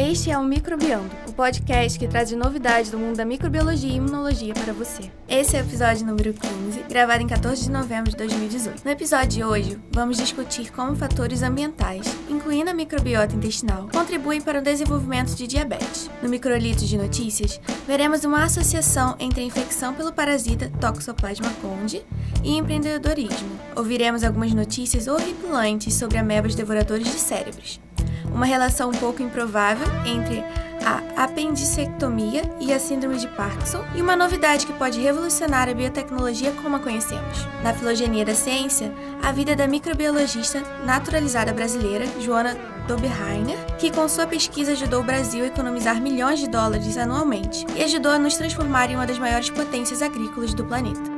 Este é o Microbiando, o podcast que traz novidades do mundo da microbiologia e imunologia para você. Esse é o episódio número 15, gravado em 14 de novembro de 2018. No episódio de hoje, vamos discutir como fatores ambientais, incluindo a microbiota intestinal, contribuem para o desenvolvimento de diabetes. No Microlito de Notícias, veremos uma associação entre a infecção pelo parasita Toxoplasma gondii e empreendedorismo. Ouviremos algumas notícias horripilantes sobre amebas devoradores de cérebros. Uma relação um pouco improvável entre a apendicectomia e a síndrome de Parkinson, e uma novidade que pode revolucionar a biotecnologia como a conhecemos. Na Filogenia da Ciência, a vida da microbiologista naturalizada brasileira, Joana Doberheiner, que com sua pesquisa ajudou o Brasil a economizar milhões de dólares anualmente e ajudou a nos transformar em uma das maiores potências agrícolas do planeta.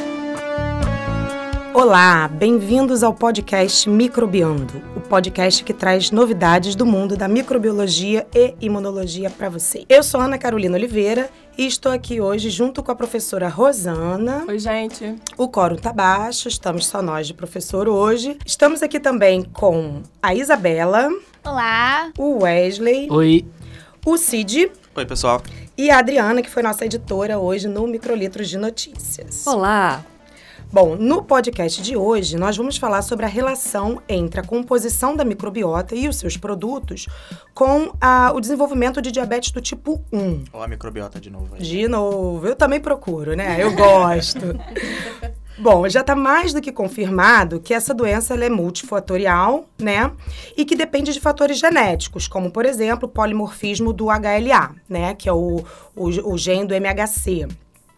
Olá, bem-vindos ao podcast Microbiando, o podcast que traz novidades do mundo da microbiologia e imunologia para você. Eu sou Ana Carolina Oliveira e estou aqui hoje junto com a professora Rosana. Oi, gente. O coro tá baixo, estamos só nós de professor hoje. Estamos aqui também com a Isabela. Olá. O Wesley. Oi. O Cid. Oi, pessoal. E a Adriana, que foi nossa editora hoje no Microlitros de Notícias. Olá. Bom, no podcast de hoje, nós vamos falar sobre a relação entre a composição da microbiota e os seus produtos com o desenvolvimento de diabetes do tipo 1. Ó, a microbiota de novo aí. De novo. Eu também procuro, né? Eu gosto. Bom, já está mais do que confirmado que essa doença ela é multifatorial, né? E que depende de fatores genéticos, como, por exemplo, o polimorfismo do HLA, né? Que é o gene do MHC.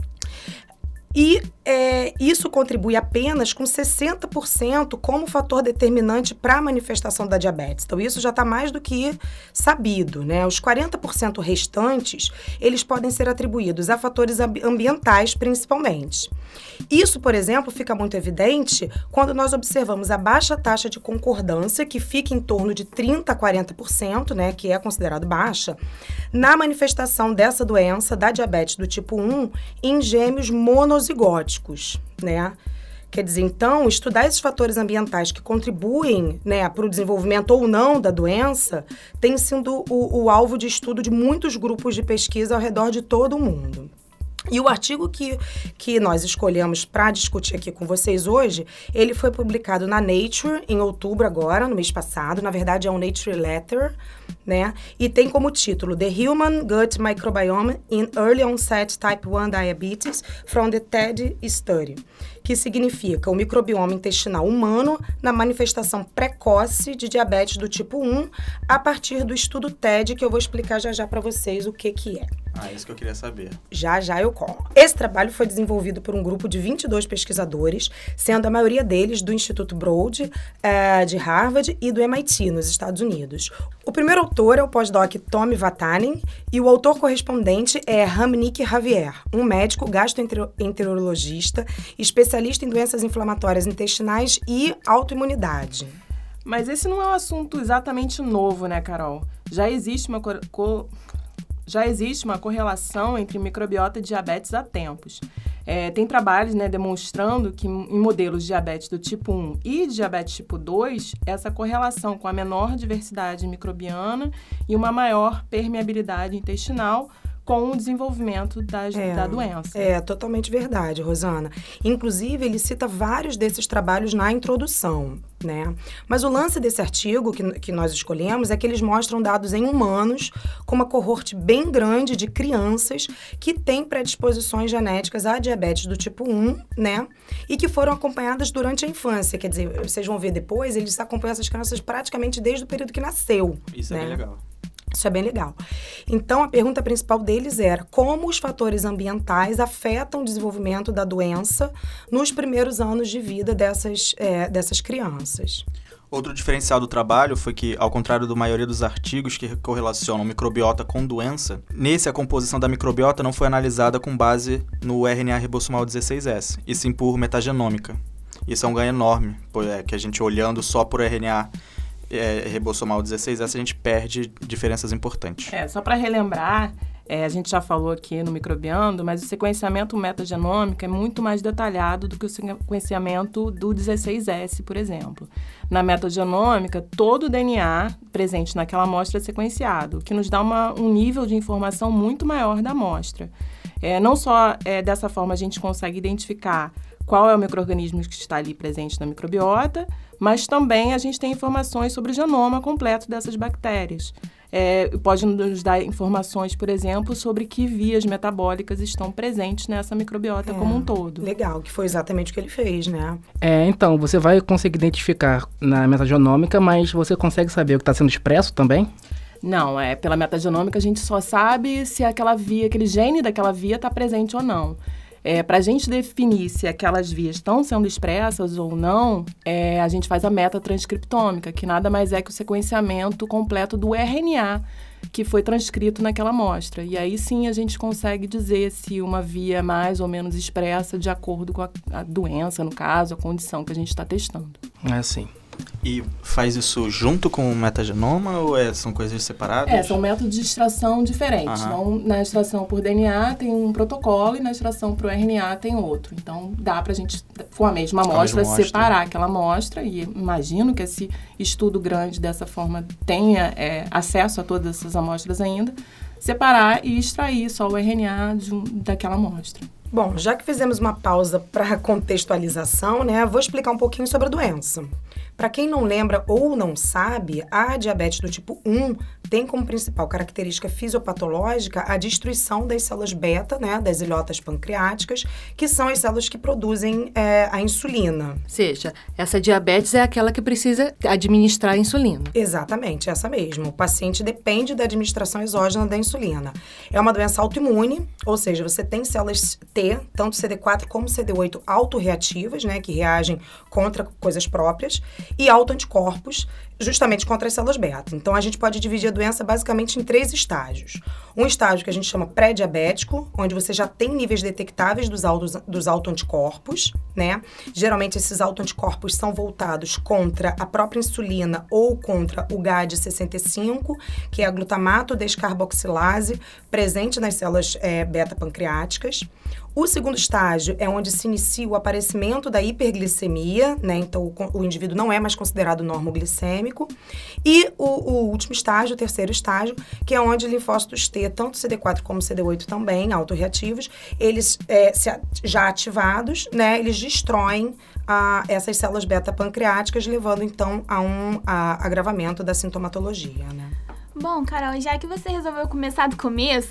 E isso contribui apenas com 60% como fator determinante para a manifestação da diabetes. Então, isso já está mais do que sabido, né? Os 40% restantes, eles podem ser atribuídos a fatores ambientais, principalmente. Isso, por exemplo, fica muito evidente quando nós observamos a baixa taxa de concordância, que fica em torno de 30% a 40%, né? Que é considerado baixa, na manifestação dessa doença, da diabetes do tipo 1, em gêmeos monozigóticos, né? Quer dizer, então, estudar esses fatores ambientais que contribuem, né, para o desenvolvimento ou não da doença tem sido o alvo de estudo de muitos grupos de pesquisa ao redor de todo o mundo. E o artigo que nós escolhemos para discutir aqui com vocês hoje, ele foi publicado na Nature em outubro agora, no mês passado. Na verdade, é um Nature Letter, né? E tem como título The Human Gut Microbiome in Early Onset Type 1 Diabetes from the TED Study, que significa o microbioma intestinal humano na manifestação precoce de diabetes do tipo 1 a partir do estudo TED, que eu vou explicar já para vocês o que é. Isso que eu queria saber. Já eu conto. Esse trabalho foi desenvolvido por um grupo de 22 pesquisadores, sendo a maioria deles do Instituto Broad, de Harvard e do MIT, nos Estados Unidos. O primeiro autor é o pós-doc Tommy Vatanen e o autor correspondente é Ramnik Javier, um médico gastroenterologista, especialista em doenças inflamatórias intestinais e autoimunidade. Mas esse não é um assunto exatamente novo, né, Carol? Já existe uma correlação entre microbiota e diabetes há tempos. Tem trabalhos, né, demonstrando que em modelos de diabetes do tipo 1 e diabetes tipo 2, essa correlação com a menor diversidade microbiana e uma maior permeabilidade intestinal com o desenvolvimento da doença. É totalmente verdade, Rosana. Inclusive, ele cita vários desses trabalhos na introdução, né? Mas o lance desse artigo que nós escolhemos é que eles mostram dados em humanos com uma cohorte bem grande de crianças que têm predisposições genéticas à diabetes do tipo 1, né? E que foram acompanhadas durante a infância. Quer dizer, vocês vão ver depois, eles acompanham essas crianças praticamente desde o período que nasceu. Isso, né? É bem legal. Isso é bem legal. Então, a pergunta principal deles era como os fatores ambientais afetam o desenvolvimento da doença nos primeiros anos de vida dessas crianças. Outro diferencial do trabalho foi que, ao contrário da maioria dos artigos que correlacionam microbiota com doença, nesse a composição da microbiota não foi analisada com base no RNA ribossomal 16S, e sim por metagenômica. Isso é um ganho enorme, que a gente olhando só por RNA ribossomal 16S, a gente perde diferenças importantes. Só para relembrar, A gente já falou aqui no Microbiando, mas o sequenciamento metagenômico é muito mais detalhado do que o sequenciamento do 16S, por exemplo. Na metagenômica, todo o DNA presente naquela amostra é sequenciado, o que nos dá um nível de informação muito maior da amostra. Não só dessa forma a gente consegue identificar qual é o micro-organismo que está ali presente na microbiota, mas também a gente tem informações sobre o genoma completo dessas bactérias. Pode nos dar informações, por exemplo, sobre que vias metabólicas estão presentes nessa microbiota como um todo. Legal, que foi exatamente o que ele fez, né? Então, você vai conseguir identificar na metagenômica, mas você consegue saber o que está sendo expresso também? Não, pela metagenômica a gente só sabe se aquela via, aquele gene daquela via está presente ou não. Para a gente definir se aquelas vias estão sendo expressas ou não, a gente faz a metatranscriptômica, que nada mais é que o sequenciamento completo do RNA que foi transcrito naquela amostra. E aí sim a gente consegue dizer se uma via é mais ou menos expressa de acordo com a doença, no caso, a condição que a gente está testando. Sim. E faz isso junto com o metagenoma ou são coisas separadas? São métodos de extração diferentes. Então, na extração por DNA tem um protocolo e na extração por RNA tem outro. Então, dá pra gente, com a mesma amostra, separar aquela amostra. E imagino que esse estudo grande dessa forma tenha acesso a todas essas amostras ainda. Separar e extrair só o RNA daquela amostra. Bom, já que fizemos uma pausa para contextualização, né, vou explicar um pouquinho sobre a doença. Para quem não lembra ou não sabe, a diabetes do tipo 1 tem como principal característica fisiopatológica a destruição das células beta, né, das ilhotas pancreáticas, que são as células que produzem a insulina. Ou seja, essa diabetes é aquela que precisa administrar a insulina. Exatamente, essa mesmo. O paciente depende da administração exógena da insulina. É uma doença autoimune, ou seja, você tem células T, tanto CD4 como CD8 autorreativas, né, que reagem contra coisas próprias, e autoanticorpos, justamente contra as células beta. Então, a gente pode dividir a doença basicamente em 3 estágios. Um estágio que a gente chama pré-diabético, onde você já tem níveis detectáveis dos autoanticorpos, né? Geralmente, esses autoanticorpos são voltados contra a própria insulina ou contra o GAD65, que é a glutamato descarboxilase, presente nas células beta-pancreáticas. O segundo estágio é onde se inicia o aparecimento da hiperglicemia, né? Então, o indivíduo não é mais considerado normoglicêmico. E o último estágio, o terceiro estágio, que é onde linfócitos T, tanto CD4 como CD8 também, autorreativos, eles já ativados, né? Eles destroem essas células beta-pancreáticas, levando, então, a um agravamento da sintomatologia, né? Bom, Carol, já que você resolveu começar do começo,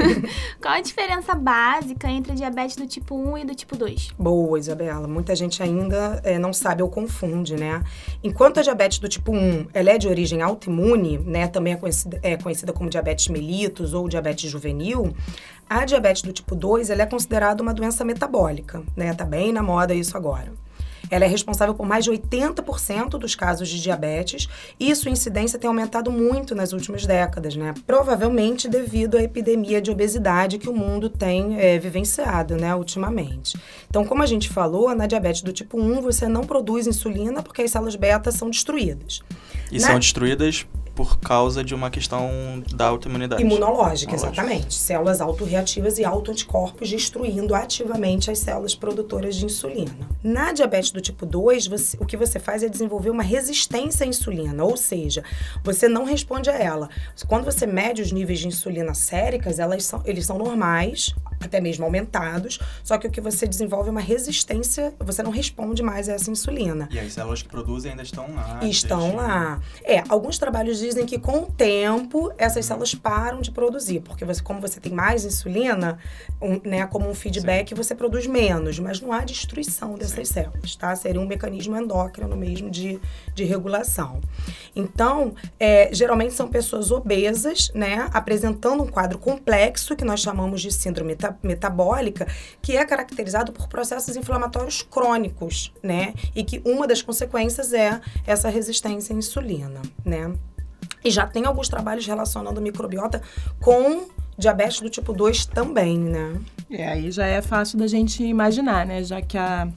qual a diferença básica entre a diabetes do tipo 1 e do tipo 2? Boa, Isabela. Muita gente ainda não sabe ou confunde, né? Enquanto a diabetes do tipo 1 ela é de origem autoimune, né? Também é conhecida como diabetes mellitus ou diabetes juvenil, a diabetes do tipo 2 ela é considerada uma doença metabólica, né? Tá bem na moda isso agora. Ela é responsável por mais de 80% dos casos de diabetes e sua incidência tem aumentado muito nas últimas décadas, né? Provavelmente devido à epidemia de obesidade que o mundo tem vivenciado, né, ultimamente. Então, como a gente falou, na diabetes do tipo 1, você não produz insulina porque as células beta são destruídas. E são destruídas por causa de uma questão da autoimunidade. Imunológica, exatamente. Células autorreativas e autoanticorpos destruindo ativamente as células produtoras de insulina. Na diabetes do tipo 2, o que você faz é desenvolver uma resistência à insulina, ou seja, você não responde a ela. Quando você mede os níveis de insulina séricas, eles são normais, até mesmo aumentados, só que o que você desenvolve é uma resistência, você não responde mais a essa insulina. E as células que produzem ainda estão lá. Estão lá. Alguns trabalhos dizem que com o tempo essas células param de produzir, porque como você tem mais insulina, né, como um feedback, você produz menos, mas não há destruição dessas células, tá? Seria um mecanismo endócrino mesmo de regulação. Então, geralmente são pessoas obesas, né, apresentando um quadro complexo que nós chamamos de síndrome metabólica, que é caracterizado por processos inflamatórios crônicos, né, e que uma das consequências é essa resistência à insulina, né. E já tem alguns trabalhos relacionando microbiota com diabetes do tipo 2 também, né? Aí já é fácil da gente imaginar, né? Já que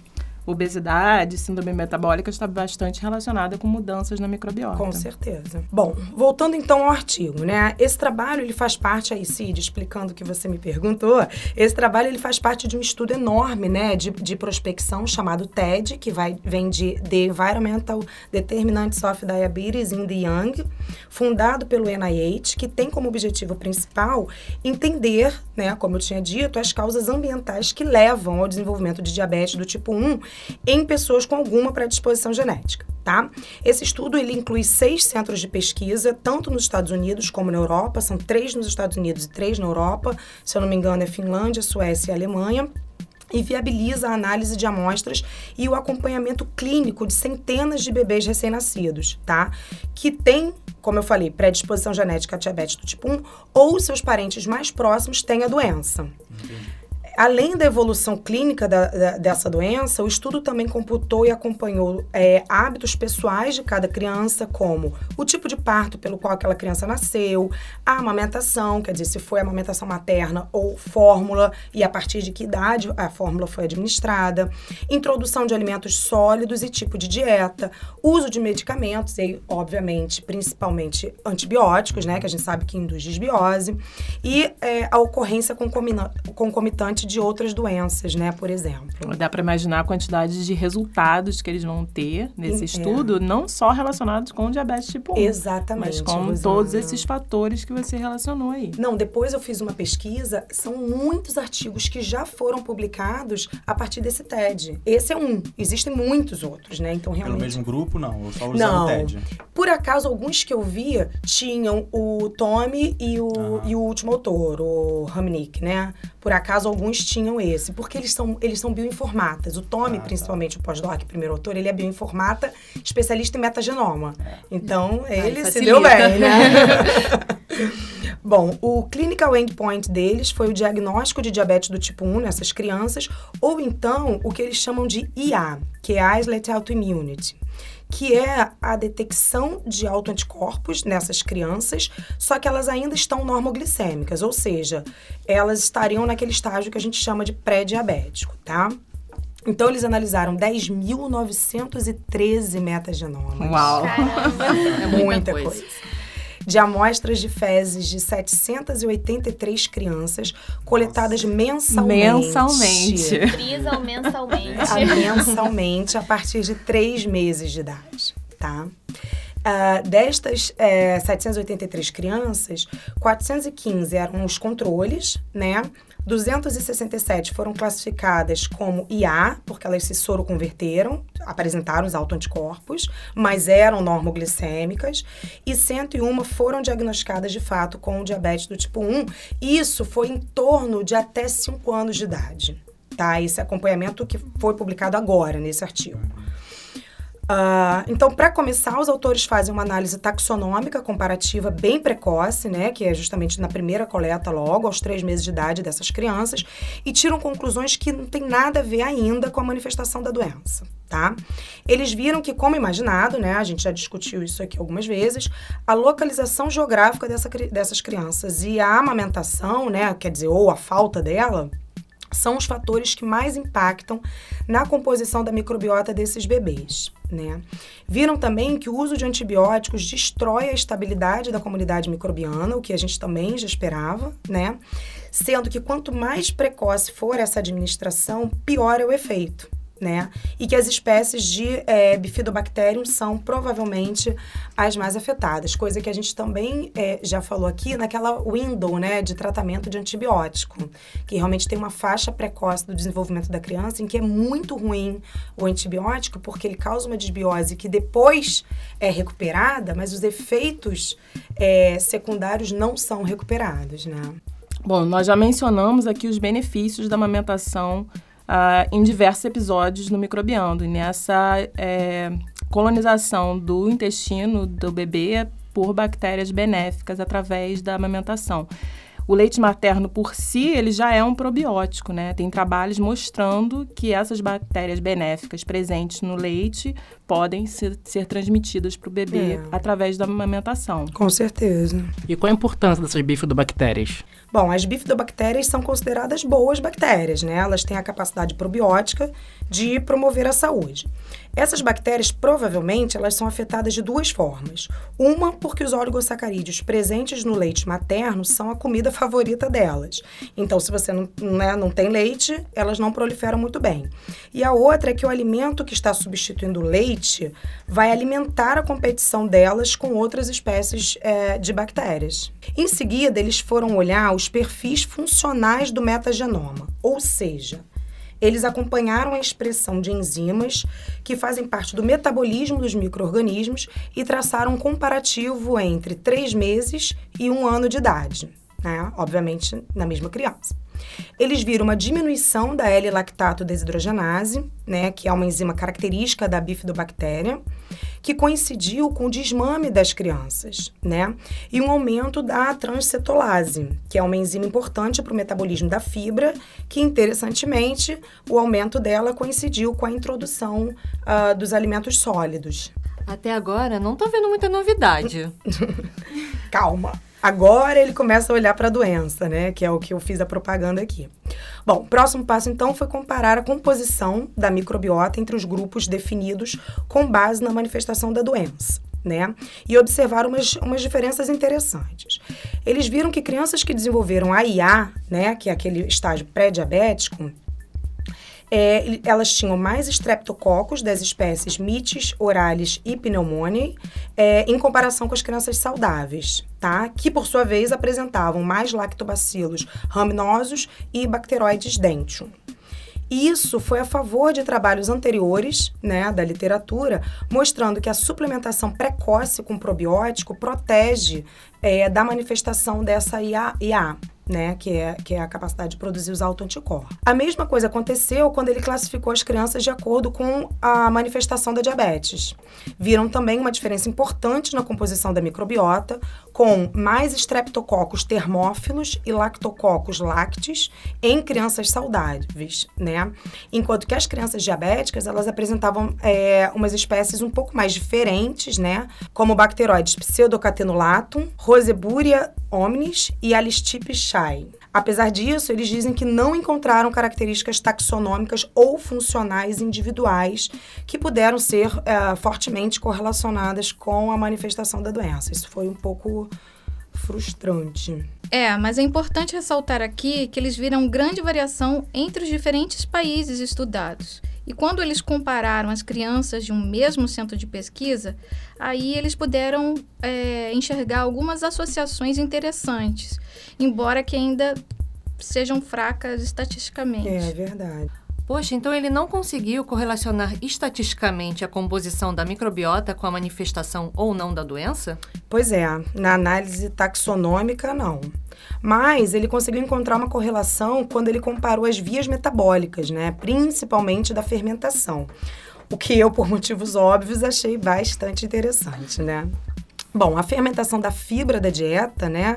obesidade, síndrome metabólica está bastante relacionada com mudanças na microbiota. Com certeza. Bom, voltando então ao artigo, né? Esse trabalho, ele faz parte, aí, Cid, explicando o que você me perguntou, esse trabalho, ele faz parte de um estudo enorme, né, de prospecção chamado TED, que vem de The Environmental Determinants of Diabetes in the Young, fundado pelo NIH, que tem como objetivo principal entender, né, como eu tinha dito, as causas ambientais que levam ao desenvolvimento de diabetes do tipo 1 em pessoas com alguma predisposição genética, tá? Esse estudo, ele inclui 6 centros de pesquisa, tanto nos Estados Unidos como na Europa, são 3 nos Estados Unidos e 3 na Europa, se eu não me engano é Finlândia, Suécia e Alemanha, e viabiliza a análise de amostras e o acompanhamento clínico de centenas de bebês recém-nascidos, tá? Que tem, como eu falei, predisposição genética a diabetes do tipo 1 ou seus parentes mais próximos têm a doença. Entendi. Além da evolução clínica dessa doença, o estudo também computou e acompanhou hábitos pessoais de cada criança, como o tipo de parto pelo qual aquela criança nasceu, a amamentação, quer dizer, se foi amamentação materna ou fórmula, e a partir de que idade a fórmula foi administrada, introdução de alimentos sólidos e tipo de dieta, uso de medicamentos, e, obviamente, principalmente antibióticos, né, que a gente sabe que induz disbiose, e a ocorrência concomitante de outras doenças, né, por exemplo. Dá para imaginar a quantidade de resultados que eles vão ter nesse estudo, não só relacionados com o diabetes tipo 1. Exatamente. Mas com Rosana. todos esses fatores que você relacionou aí. Não, depois eu fiz uma pesquisa, são muitos artigos que já foram publicados a partir desse TED. Esse é um, existem muitos outros, né, então realmente... Pelo mesmo grupo, não, eu só usava o TED. Por acaso, alguns que eu via tinham o Tommy e o último autor, o Hamnick, né? Por acaso, alguns tinham esse, porque eles são bioinformatas. O Tommy, principalmente o pós-doc, primeiro autor, ele é bioinformata, especialista em metagenoma. Então, ele se deu bem, né? Bom, o clinical endpoint deles foi o diagnóstico de diabetes do tipo 1 nessas crianças, ou então o que eles chamam de IA, que é Islet Autoimmunity, que é a detecção de autoanticorpos nessas crianças, só que elas ainda estão normoglicêmicas, ou seja, elas estariam naquele estágio que a gente chama de pré-diabético, tá? Então, eles analisaram 10.913 metagenomas. Uau! Caramba, é muita coisa. De amostras de fezes de 783 crianças coletadas mensalmente. Frisam mensalmente. Mensalmente, a partir de 3 meses de idade, tá? Destas 783 crianças, 415 eram os controles, né? 267 foram classificadas como IA, porque elas se soroconverteram, apresentaram os autoanticorpos, mas eram normoglicêmicas, e 101 foram diagnosticadas de fato com o diabetes do tipo 1. Isso foi em torno de até 5 anos de idade, tá? Esse acompanhamento que foi publicado agora, nesse artigo. Então, para começar, os autores fazem uma análise taxonômica comparativa bem precoce, né, que é justamente na primeira coleta, logo aos 3 meses de idade dessas crianças, e tiram conclusões que não tem nada a ver ainda com a manifestação da doença, tá? Eles viram que, como imaginado, né, a gente já discutiu isso aqui algumas vezes, a localização geográfica dessas crianças e a amamentação, né, quer dizer, ou a falta dela, são os fatores que mais impactam na composição da microbiota desses bebês, né? Viram também que o uso de antibióticos destrói a estabilidade da comunidade microbiana, o que a gente também já esperava, né? Sendo que quanto mais precoce for essa administração, pior é o efeito, né? E que as espécies de Bifidobacterium são provavelmente as mais afetadas, coisa que a gente também já falou aqui naquela window, né, de tratamento de antibiótico, que realmente tem uma faixa precoce do desenvolvimento da criança em que é muito ruim o antibiótico, porque ele causa uma disbiose que depois é recuperada, mas os efeitos secundários não são recuperados, né? Bom, nós já mencionamos aqui os benefícios da amamentação em diversos episódios no Microbiando, e nessa colonização do intestino do bebê por bactérias benéficas através da amamentação. O leite materno, por si, ele já é um probiótico, né? Tem trabalhos mostrando que essas bactérias benéficas presentes no leite podem ser transmitidas para o bebê através da amamentação. Com certeza. E qual a importância dessas bifidobactérias? Bom, as bifidobactérias são consideradas boas bactérias, né? Elas têm a capacidade probiótica de promover a saúde. Essas bactérias, provavelmente, elas são afetadas de duas formas. Uma, porque os oligosacarídeos presentes no leite materno são a comida favorita delas. Então, se você não tem leite, elas não proliferam muito bem. E a outra é que o alimento que está substituindo o leite vai alimentar a competição delas com outras espécies de bactérias. Em seguida, eles foram olhar os perfis funcionais do metagenoma, ou seja, eles acompanharam a expressão de enzimas que fazem parte do metabolismo dos micro-organismos e traçaram um comparativo entre 3 meses e 1 ano de idade, né? Obviamente, na mesma criança. Eles viram uma diminuição da L-lactato desidrogenase, né, que é uma enzima característica da bifidobactéria, que coincidiu com o desmame das crianças, né? E um aumento da transcetolase, que é uma enzima importante para o metabolismo da fibra, que, interessantemente, o aumento dela coincidiu com a introdução dos alimentos sólidos. Até agora, não tô vendo muita novidade. Calma. Agora ele começa a olhar para a doença, né? Que é o que eu fiz a propaganda aqui. Bom, o próximo passo, então, foi comparar a composição da microbiota entre os grupos definidos com base na manifestação da doença, né? E observar umas diferenças interessantes. Eles viram que crianças que desenvolveram AIA, né? Que é aquele estágio pré-diabético, elas tinham mais estreptococos das espécies Mitis, Oralis e Pneumoniae, em comparação com as crianças saudáveis, tá? Que, por sua vez, apresentavam mais lactobacilos raminosos e bacteroides dentium. Isso foi a favor de trabalhos anteriores, né, da literatura, mostrando que a suplementação precoce com probiótico protege da manifestação dessa IA, né, que é a capacidade de produzir os autoanticorpos. A mesma coisa aconteceu quando ele classificou as crianças de acordo com a manifestação da diabetes. Viram também uma diferença importante na composição da microbiota, com mais estreptococos termófilos e lactococos lácteos em crianças saudáveis, né? Enquanto que as crianças diabéticas, elas apresentavam umas espécies um pouco mais diferentes, né? Como bacteroides pseudocatenulatum, Roseburia omnis e Alistippe shai. Apesar disso, eles dizem que não encontraram características taxonômicas ou funcionais individuais que puderam ser fortemente correlacionadas com a manifestação da doença. Isso foi um pouco frustrante. Mas é importante ressaltar aqui que eles viram grande variação entre os diferentes países estudados. E quando eles compararam as crianças de um mesmo centro de pesquisa, aí eles puderam enxergar algumas associações interessantes, embora que ainda sejam fracas estatisticamente. É verdade. Poxa, então ele não conseguiu correlacionar estatisticamente a composição da microbiota com a manifestação ou não da doença? Pois é, na análise taxonômica, não. Mas ele conseguiu encontrar uma correlação quando ele comparou as vias metabólicas, né? Principalmente da fermentação. O que eu, por motivos óbvios, achei bastante interessante, né? Bom, a fermentação da fibra da dieta, né?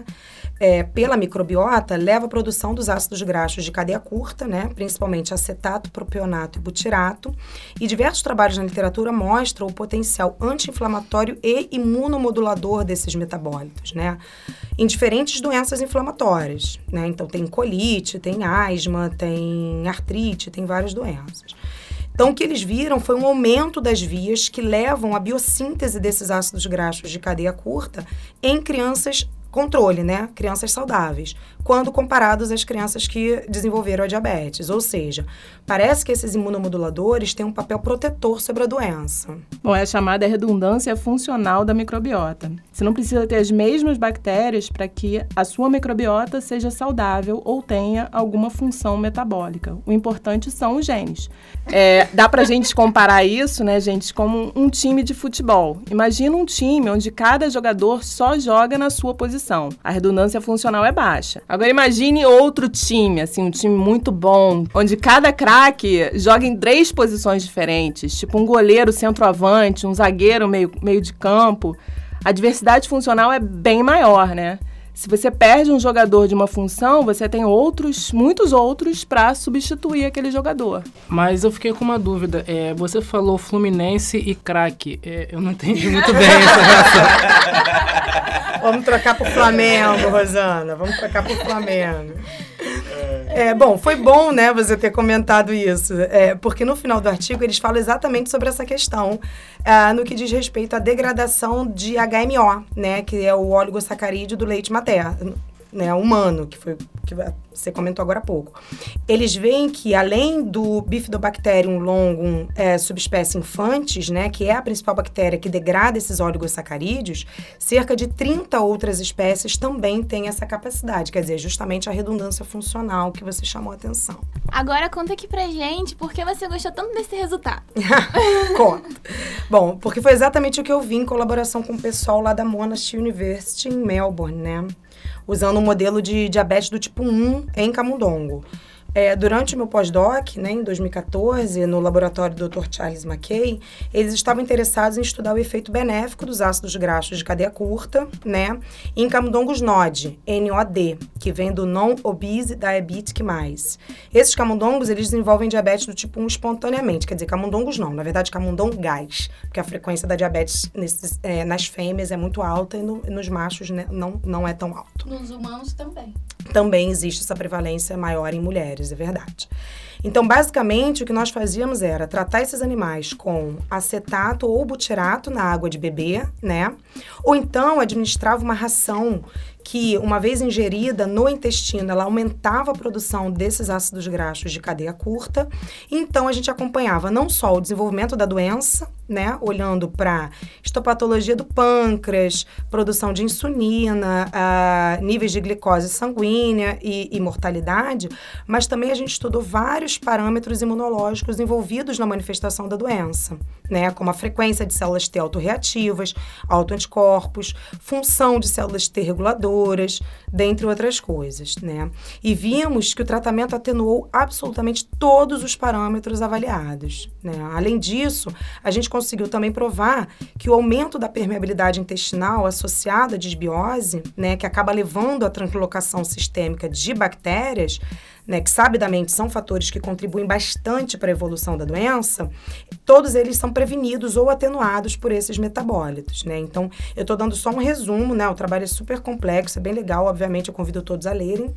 Pela microbiota, leva à produção dos ácidos graxos de cadeia curta, né? Principalmente acetato, propionato e butirato. E diversos trabalhos na literatura mostram o potencial anti-inflamatório e imunomodulador desses metabólitos, né? Em diferentes doenças inflamatórias, né? Então, tem colite, tem asma, tem artrite, tem várias doenças. Então, o que eles viram foi um aumento das vias que levam à biossíntese desses ácidos graxos de cadeia curta em crianças controle, né? Crianças saudáveis, quando comparados às crianças que desenvolveram a diabetes. Ou seja, parece que esses imunomoduladores têm um papel protetor sobre a doença. Bom, é a chamada redundância funcional da microbiota. Você não precisa ter as mesmas bactérias para que a sua microbiota seja saudável ou tenha alguma função metabólica. O importante são os genes. Dá pra gente comparar isso, né, gente, como um time de futebol. Imagina um time onde cada jogador só joga na sua posição. A redundância funcional é baixa. Agora imagine outro time, assim, um time muito bom, onde cada craque joga em 3 posições diferentes, tipo um goleiro centroavante, um zagueiro meio de campo. A diversidade funcional é bem maior, né? Se você perde um jogador de uma função, você tem muitos outros para substituir aquele jogador. Mas eu fiquei com uma dúvida. Você falou Fluminense e craque. Eu não entendi muito bem essa relação. Vamos trocar pro Flamengo, Rosana. Vamos trocar pro Flamengo. Bom, foi bom, né, você ter comentado isso, porque no final do artigo eles falam exatamente sobre essa questão, no que diz respeito à degradação de HMO, né, que é o oligosacarídeo do leite materno, né, humano, que você comentou agora há pouco. Eles veem que, além do Bifidobacterium longum, subespécie infantis, né, que é a principal bactéria que degrada esses oligosacarídeos, cerca de 30 outras espécies também têm essa capacidade, quer dizer, justamente a redundância funcional que você chamou a atenção. Agora conta aqui pra gente por que você gostou tanto desse resultado. Conta. Bom, porque foi exatamente o que eu vi em colaboração com o pessoal lá da Monash University em Melbourne, né? Usando um modelo de diabetes do tipo 1 em camundongo. Durante o meu pós-doc, né, em 2014, no laboratório do Dr. Charles Mackay, eles estavam interessados em estudar o efeito benéfico dos ácidos graxos de cadeia curta, né, em camundongos NOD, NOD, que vem do Non-Obese Diabetic Mice. Esses camundongos, eles desenvolvem diabetes do tipo 1 espontaneamente, quer dizer, camundongos não, na verdade, camundongais, porque a frequência da diabetes nas fêmeas é muito alta e nos machos, né, não é tão alto. Nos humanos também. Também existe essa prevalência maior em mulheres, é verdade. Então, basicamente, o que nós fazíamos era tratar esses animais com acetato ou butirato na água de beber, né? Ou então administrava uma ração que, uma vez ingerida no intestino, ela aumentava a produção desses ácidos graxos de cadeia curta. Então, a gente acompanhava não só o desenvolvimento da doença, né, olhando para histopatologia do pâncreas, produção de insulina, níveis de glicose sanguínea e mortalidade, mas também a gente estudou vários parâmetros imunológicos envolvidos na manifestação da doença, né, como a frequência de células T autorreativas, autoanticorpos, função de células T reguladoras, dentre outras coisas, né? E vimos que o tratamento atenuou absolutamente todos os parâmetros avaliados, né? Além disso, a gente conseguiu também provar que o aumento da permeabilidade intestinal associado à disbiose, né, que acaba levando à translocação sistêmica de bactérias, né, que sabidamente são fatores que contribuem bastante para a evolução da doença, todos eles são prevenidos ou atenuados por esses metabólitos, né? Então, eu estou dando só um resumo, né? O trabalho é super complexo, é bem legal, obviamente eu convido todos a lerem.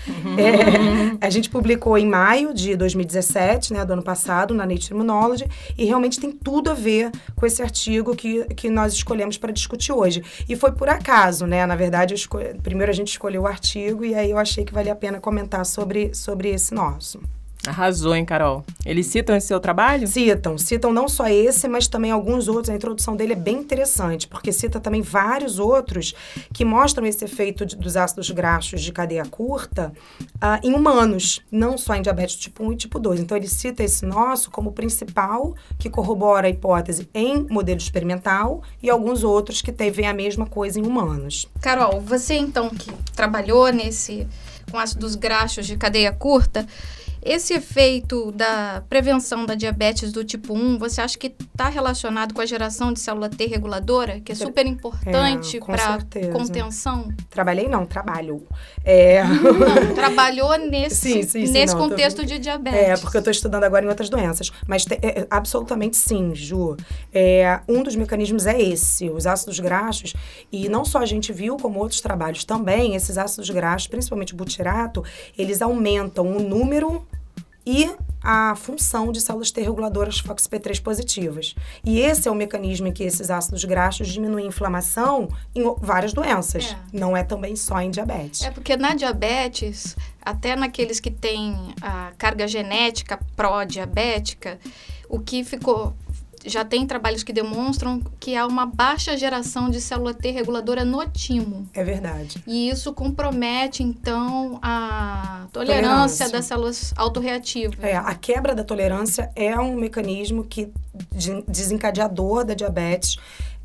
A gente publicou em maio de 2017, né, do ano passado, na Nature Immunology, e realmente tem tudo a ver com esse artigo que nós escolhemos para discutir hoje. E foi por acaso, né? Na verdade, primeiro a gente escolheu o artigo e aí eu achei que valia a pena comentar sobre esse nosso. Arrasou, hein, Carol? Eles citam esse seu trabalho? Citam não só esse, mas também alguns outros. A introdução dele é bem interessante, porque cita também vários outros que mostram esse efeito dos ácidos graxos de cadeia curta em humanos, não só em diabetes tipo 1 e tipo 2. Então, ele cita esse nosso como principal, que corrobora a hipótese em modelo experimental, e alguns outros que têm a mesma coisa em humanos. Carol, você então que trabalhou com ácidos graxos de cadeia curta, esse efeito da prevenção da diabetes do tipo 1, você acha que está relacionado com a geração de célula T reguladora, que é super importante para contenção? Trabalho. Não, trabalhou nesse contexto de diabetes. Porque eu estou estudando agora em outras doenças. Mas absolutamente sim, Ju. Um dos mecanismos é esse, os ácidos graxos. E não só a gente viu, como outros trabalhos também, esses ácidos graxos, principalmente o butirato, eles aumentam o número e a função de células T reguladoras FOXP3 positivas. E esse é o mecanismo em que esses ácidos graxos diminuem a inflamação em várias doenças. Não é também só em diabetes. Porque na diabetes, até naqueles que têm a carga genética pró-diabética, o que ficou... Já tem trabalhos que demonstram que há uma baixa geração de célula T reguladora no timo. É verdade. E isso compromete, então, a tolerância das células autorreativas. A quebra da tolerância é um mecanismo desencadeador da diabetes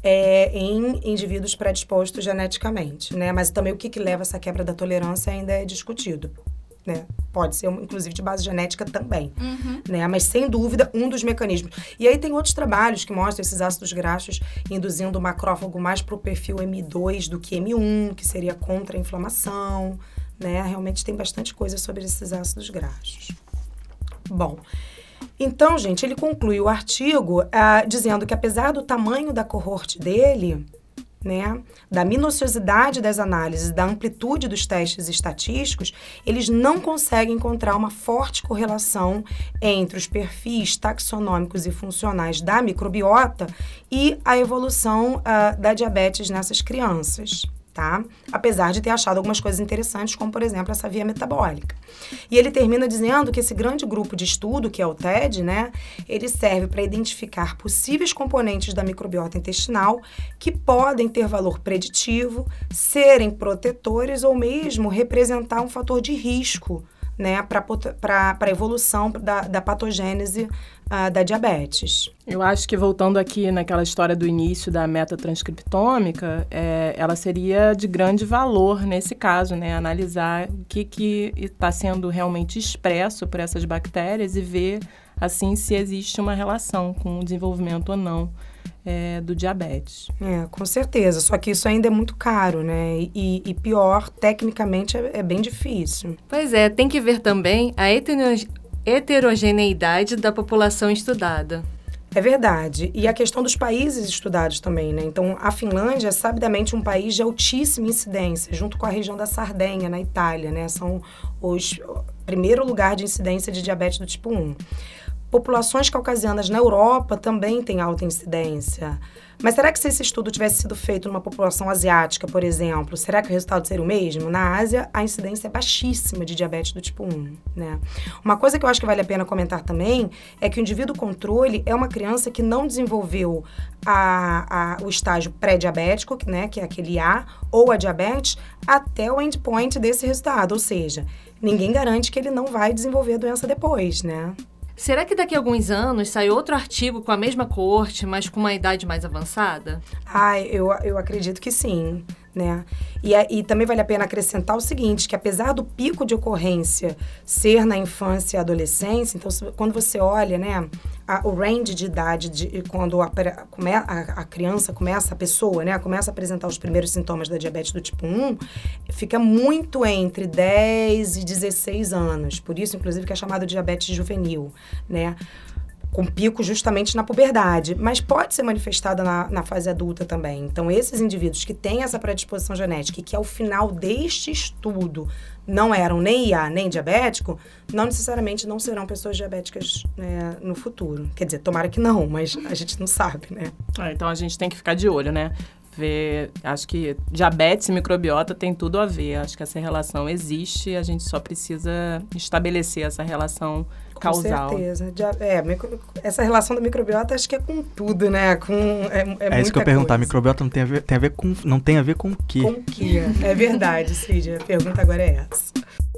em indivíduos predispostos geneticamente, né? Mas também o que leva a essa quebra da tolerância ainda é discutido. né? Pode ser, inclusive, de base genética também, né? Mas, sem dúvida, um dos mecanismos. E aí tem outros trabalhos que mostram esses ácidos graxos induzindo o macrófago mais para o perfil M2 do que M1, que seria contra a inflamação, né? Realmente tem bastante coisa sobre esses ácidos graxos. Bom, então, gente, ele conclui o artigo dizendo que, apesar do tamanho da cohorte dele, né, da minuciosidade das análises, da amplitude dos testes estatísticos, eles não conseguem encontrar uma forte correlação entre os perfis taxonômicos e funcionais da microbiota e a evolução da diabetes nessas crianças. Tá? Apesar de ter achado algumas coisas interessantes, como, por exemplo, essa via metabólica. E ele termina dizendo que esse grande grupo de estudo, que é o TED, né, ele serve para identificar possíveis componentes da microbiota intestinal que podem ter valor preditivo, serem protetores ou mesmo representar um fator de risco, né, para a evolução da patogênese da diabetes. Eu acho que, voltando aqui naquela história do início da metatranscriptômica, ela seria de grande valor nesse caso, né? Analisar o que está sendo realmente expresso por essas bactérias e ver, assim, se existe uma relação com o desenvolvimento ou não do diabetes. Com certeza. Só que isso ainda é muito caro, né? E pior, tecnicamente, é bem difícil. Pois é, tem que ver também a heterogeneidade da população estudada. É verdade. E a questão dos países estudados também, né? Então, a Finlândia é sabidamente um país de altíssima incidência, junto com a região da Sardenha, na Itália, né? São os primeiro lugar de incidência de diabetes do tipo 1. Populações caucasianas na Europa também têm alta incidência. Mas será que se esse estudo tivesse sido feito numa população asiática, por exemplo, será que o resultado seria o mesmo? Na Ásia, a incidência é baixíssima de diabetes do tipo 1, né? Uma coisa que eu acho que vale a pena comentar também é que o indivíduo controle é uma criança que não desenvolveu o estágio pré-diabético, né, que é aquele A, ou a diabetes, até o endpoint desse resultado. Ou seja, ninguém garante que ele não vai desenvolver a doença depois, né? Será que daqui a alguns anos sai outro artigo com a mesma coorte, mas com uma idade mais avançada? Eu acredito que sim, né? E também vale a pena acrescentar o seguinte, que apesar do pico de ocorrência ser na infância e adolescência, então quando você olha, né, o range de idade, quando a criança começa, a pessoa, né, começa a apresentar os primeiros sintomas da diabetes do tipo 1, fica muito entre 10 e 16 anos. Por isso, inclusive, que é chamado de diabetes juvenil, né? Com pico justamente na puberdade, mas pode ser manifestada na fase adulta também. Então, esses indivíduos que têm essa predisposição genética e que ao final deste estudo não eram nem IA nem diabético, não necessariamente não serão pessoas diabéticas, né, no futuro. Quer dizer, tomara que não, mas a gente não sabe, né? Então, a gente tem que ficar de olho, né? Acho que diabetes e microbiota tem tudo a ver. Acho que essa relação existe, a gente só precisa estabelecer essa relação causal. Com certeza. Essa relação da microbiota acho que é com tudo, né? É isso que eu ia perguntar. A microbiota não tem a ver com o quê? Com o quê? É verdade, Cid. A pergunta agora é essa.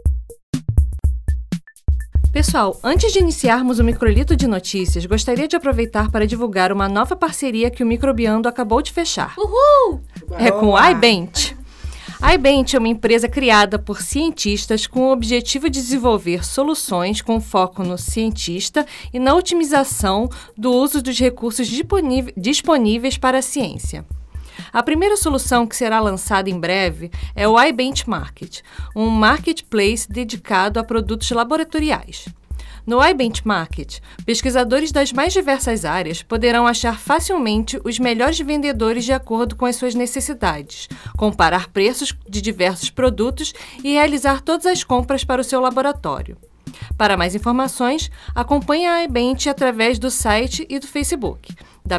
Pessoal, antes de iniciarmos o Microlito de Notícias, gostaria de aproveitar para divulgar uma nova parceria que o Microbiando acabou de fechar. Uhul! É com a iBent. A iBent é uma empresa criada por cientistas com o objetivo de desenvolver soluções com foco no cientista e na otimização do uso dos recursos disponíveis para a ciência. A primeira solução que será lançada em breve é o iBent Market, um marketplace dedicado a produtos laboratoriais. No iBent Market, pesquisadores das mais diversas áreas poderão achar facilmente os melhores vendedores de acordo com as suas necessidades, comparar preços de diversos produtos e realizar todas as compras para o seu laboratório. Para mais informações, acompanhe a iBent através do site e do Facebook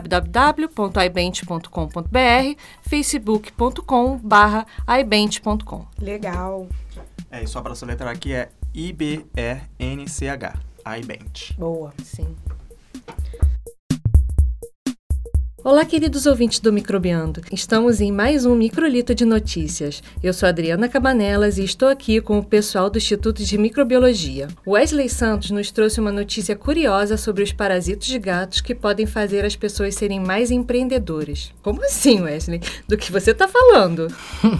www.ibent.com.br, facebook.com/ibent.com. Legal. E só para soletrar aqui é IBENCH, iBent. Boa. Sim. Olá, queridos ouvintes do Microbiando. Estamos em mais um Microlito de Notícias. Eu sou Adriana Cabanelas e estou aqui com o pessoal do Instituto de Microbiologia. Wesley Santos nos trouxe uma notícia curiosa sobre os parasitos de gatos que podem fazer as pessoas serem mais empreendedoras. Como assim, Wesley? Do que você está falando?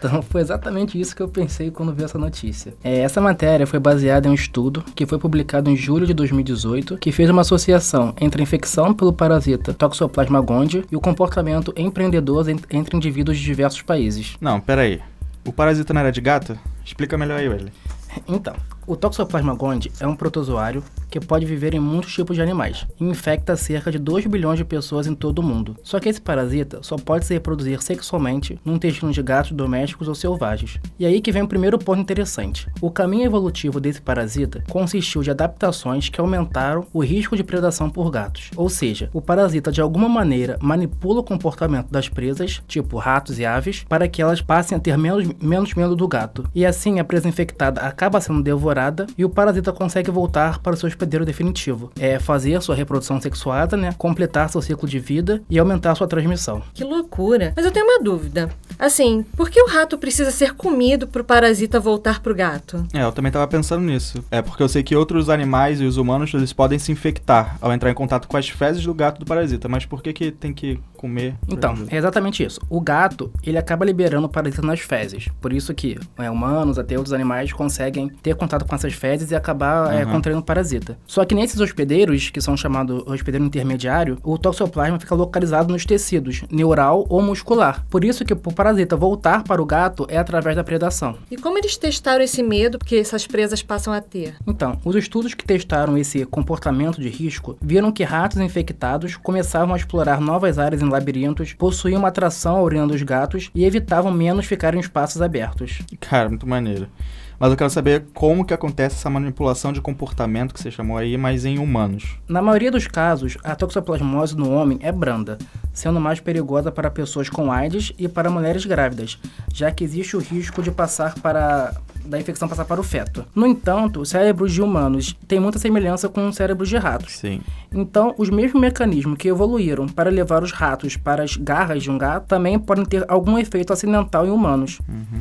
Então, foi exatamente isso que eu pensei quando vi essa notícia. Essa matéria foi baseada em um estudo que foi publicado em julho de 2018, que fez uma associação entre a infecção pelo parasita Toxoplasma gondii e o comportamento empreendedor entre indivíduos de diversos países. Não, peraí. O parasita não era de gato? Explica melhor aí, Wesley. Então, o Toxoplasma gondii é um protozoário que pode viver em muitos tipos de animais e infecta cerca de 2 bilhões de pessoas em todo o mundo. Só que esse parasita só pode se reproduzir sexualmente no intestino de gatos domésticos ou selvagens. E aí que vem o primeiro ponto interessante. O caminho evolutivo desse parasita consistiu de adaptações que aumentaram o risco de predação por gatos. Ou seja, o parasita de alguma maneira manipula o comportamento das presas, tipo ratos e aves, para que elas passem a ter menos medo do gato. E assim a presa infectada acaba sendo devorada e o parasita consegue voltar para o seu hospedeiro definitivo. Fazer sua reprodução sexuada, completar seu ciclo de vida e aumentar sua transmissão. Que loucura! Mas eu tenho uma dúvida. Assim, por que o rato precisa ser comido para o parasita voltar pro gato? Eu também estava pensando nisso. Porque eu sei que outros animais e os humanos, eles podem se infectar ao entrar em contato com as fezes do gato do parasita. Mas por que tem que comer? Então, é exatamente isso. O gato, ele acaba liberando o parasita nas fezes. Por isso que humanos, até outros animais, conseguem ter contato com essas fezes e acabar contraindo o parasita. Só que nesses hospedeiros, que são chamados hospedeiro intermediário, o toxoplasma fica localizado nos tecidos, neural ou muscular. Por isso que o parasita voltar para o gato é através da predação. E como eles testaram esse medo que essas presas passam a ter? Então, os estudos que testaram esse comportamento de risco viram que ratos infectados começavam a explorar novas áreas em labirintos, possuíam uma atração à urina dos gatos e evitavam menos ficar em espaços abertos. Cara, muito maneiro. Mas eu quero saber como que acontece essa manipulação de comportamento que você chamou aí, mas em humanos. Na maioria dos casos, a toxoplasmose no homem é branda, sendo mais perigosa para pessoas com AIDS e para mulheres grávidas, já que existe o risco de da infecção passar para o feto. No entanto, os cérebros de humanos têm muita semelhança com os cérebros de ratos. Sim. Então, os mesmos mecanismos que evoluíram para levar os ratos para as garras de um gato também podem ter algum efeito acidental em humanos.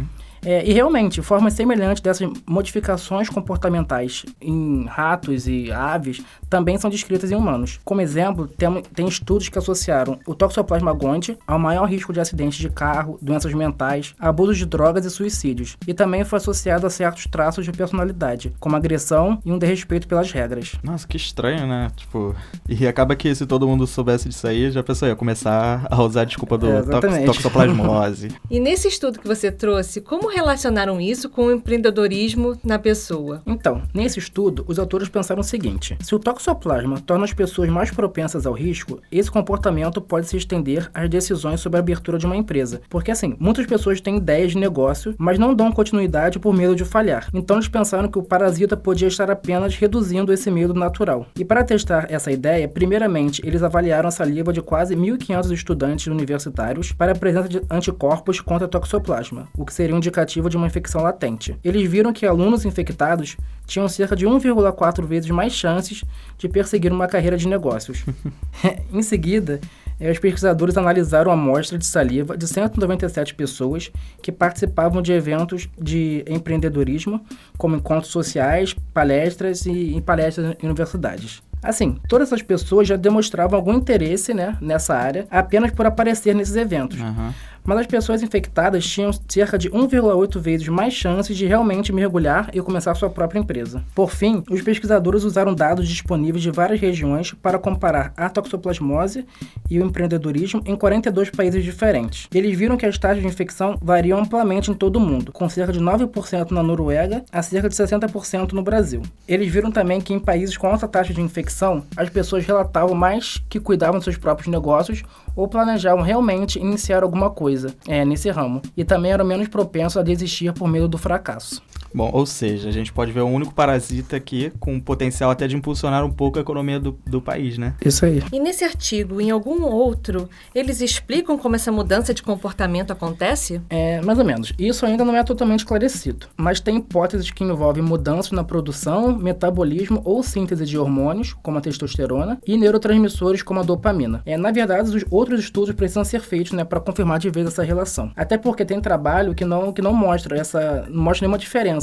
E realmente, formas semelhantes dessas modificações comportamentais em ratos e aves também são descritas em humanos. Como exemplo, tem estudos que associaram o Toxoplasma gondii ao maior risco de acidentes de carro, doenças mentais, abuso de drogas e suicídios. E também foi associado a certos traços de personalidade, como agressão e um desrespeito pelas regras. Nossa, que estranho, né? E acaba que se todo mundo soubesse disso aí, já pensou, ia começar a usar a desculpa do toxoplasmose. E nesse estudo que você trouxe, como relacionaram isso com o empreendedorismo na pessoa? Então, nesse estudo, os autores pensaram o seguinte: se o toxoplasma torna as pessoas mais propensas ao risco, esse comportamento pode se estender às decisões sobre a abertura de uma empresa. Porque assim, muitas pessoas têm ideias de negócio, mas não dão continuidade por medo de falhar. Então eles pensaram que o parasita podia estar apenas reduzindo esse medo natural. E para testar essa ideia, primeiramente, eles avaliaram a saliva de quase 1.500 estudantes universitários para a presença de anticorpos contra toxoplasma, o que seria um indicativo de uma infecção latente. Eles viram que alunos infectados tinham cerca de 1,4 vezes mais chances de perseguir uma carreira de negócios. Em seguida, os pesquisadores analisaram a amostra de saliva de 197 pessoas que participavam de eventos de empreendedorismo, como encontros sociais, palestras e palestras em universidades. Assim, todas essas pessoas já demonstravam algum interesse, nessa área, apenas por aparecer nesses eventos. Mas as pessoas infectadas tinham cerca de 1,8 vezes mais chances de realmente mergulhar e começar sua própria empresa. Por fim, os pesquisadores usaram dados disponíveis de várias regiões para comparar a toxoplasmose e o empreendedorismo em 42 países diferentes. Eles viram que as taxas de infecção variam amplamente em todo o mundo, com cerca de 9% na Noruega a cerca de 60% no Brasil. Eles viram também que em países com alta taxa de infecção, as pessoas relatavam mais que cuidavam de seus próprios negócios ou planejavam realmente iniciar alguma coisa nesse ramo, e também eram menos propensos a desistir por medo do fracasso. Bom, ou seja, a gente pode ver um único parasita aqui com potencial até de impulsionar um pouco a economia do país, né? Isso aí. E nesse artigo, em algum outro, eles explicam como essa mudança de comportamento acontece? Mais ou menos. Isso ainda não é totalmente esclarecido, mas tem hipóteses que envolvem mudanças na produção, metabolismo ou síntese de hormônios, como a testosterona, e neurotransmissores, como a dopamina. Na verdade, os outros estudos precisam ser feitos, para confirmar de vez essa relação. Até porque tem trabalho que não mostra nenhuma diferença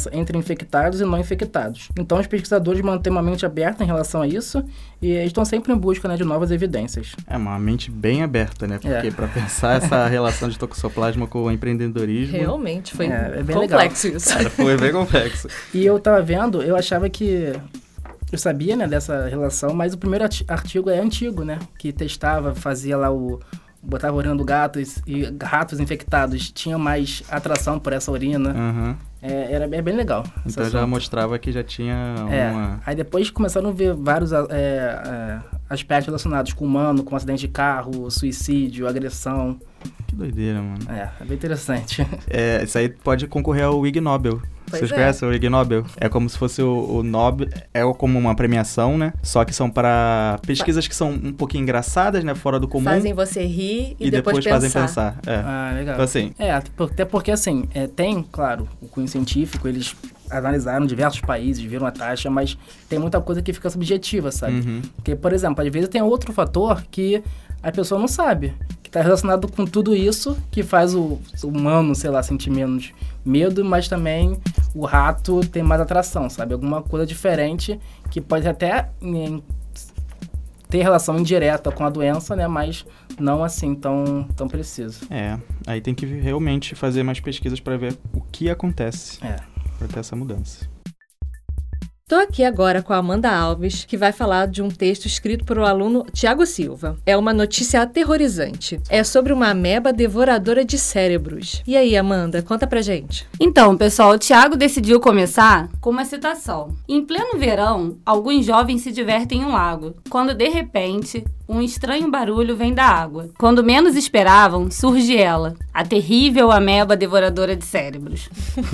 diferença entre infectados e não infectados. Então, os pesquisadores mantêm uma mente aberta em relação a isso e estão sempre em busca, né, de novas evidências. É uma mente bem aberta, né? Porque para pensar essa relação de toxoplasma com o empreendedorismo... Realmente, foi bem complexo legal. isso. Cara, foi bem complexo. E eu tava vendo, eu achava que... Eu sabia, né, dessa relação, mas o primeiro artigo é antigo, né? Que testava, fazia lá botava a urina do gato e ratos infectados tinham mais atração por essa urina. Uhum. É bem legal. Então já mostrava que já tinha uma... Aí depois começaram a ver vários aspectos relacionados com o humano, com acidente de carro, suicídio, agressão. Que doideira, mano. É bem interessante. Isso aí pode concorrer ao Ig Nobel. Vocês conhecem o Ig Nobel? É como se fosse o Nobel, é como uma premiação, né? Só que são para pesquisas que são um pouquinho engraçadas, né? Fora do comum. Fazem você rir e depois fazem pensar. Legal. Então, assim... até porque, assim, tem, claro, o cunho científico, eles analisaram diversos países, viram a taxa, mas tem muita coisa que fica subjetiva, sabe? Uhum. Porque, por exemplo, às vezes tem outro fator que a pessoa não sabe, que está relacionado com tudo isso, que faz o humano, sei lá, sentir menos medo, mas também o rato tem mais atração, sabe? Alguma coisa diferente que pode até ter relação indireta com a doença, né? Mas não assim tão preciso. Aí tem que realmente fazer mais pesquisas para ver o que acontece para ter essa mudança. Estou aqui agora com a Amanda Alves, que vai falar de um texto escrito por o aluno Tiago Silva. É uma notícia aterrorizante. É sobre uma ameba devoradora de cérebros. E aí, Amanda, conta pra gente. Então, pessoal, o Tiago decidiu começar com uma citação. Em pleno verão, alguns jovens se divertem em um lago, quando de repente um estranho barulho vem da água. Quando menos esperavam, surge ela, a terrível ameba devoradora de cérebros.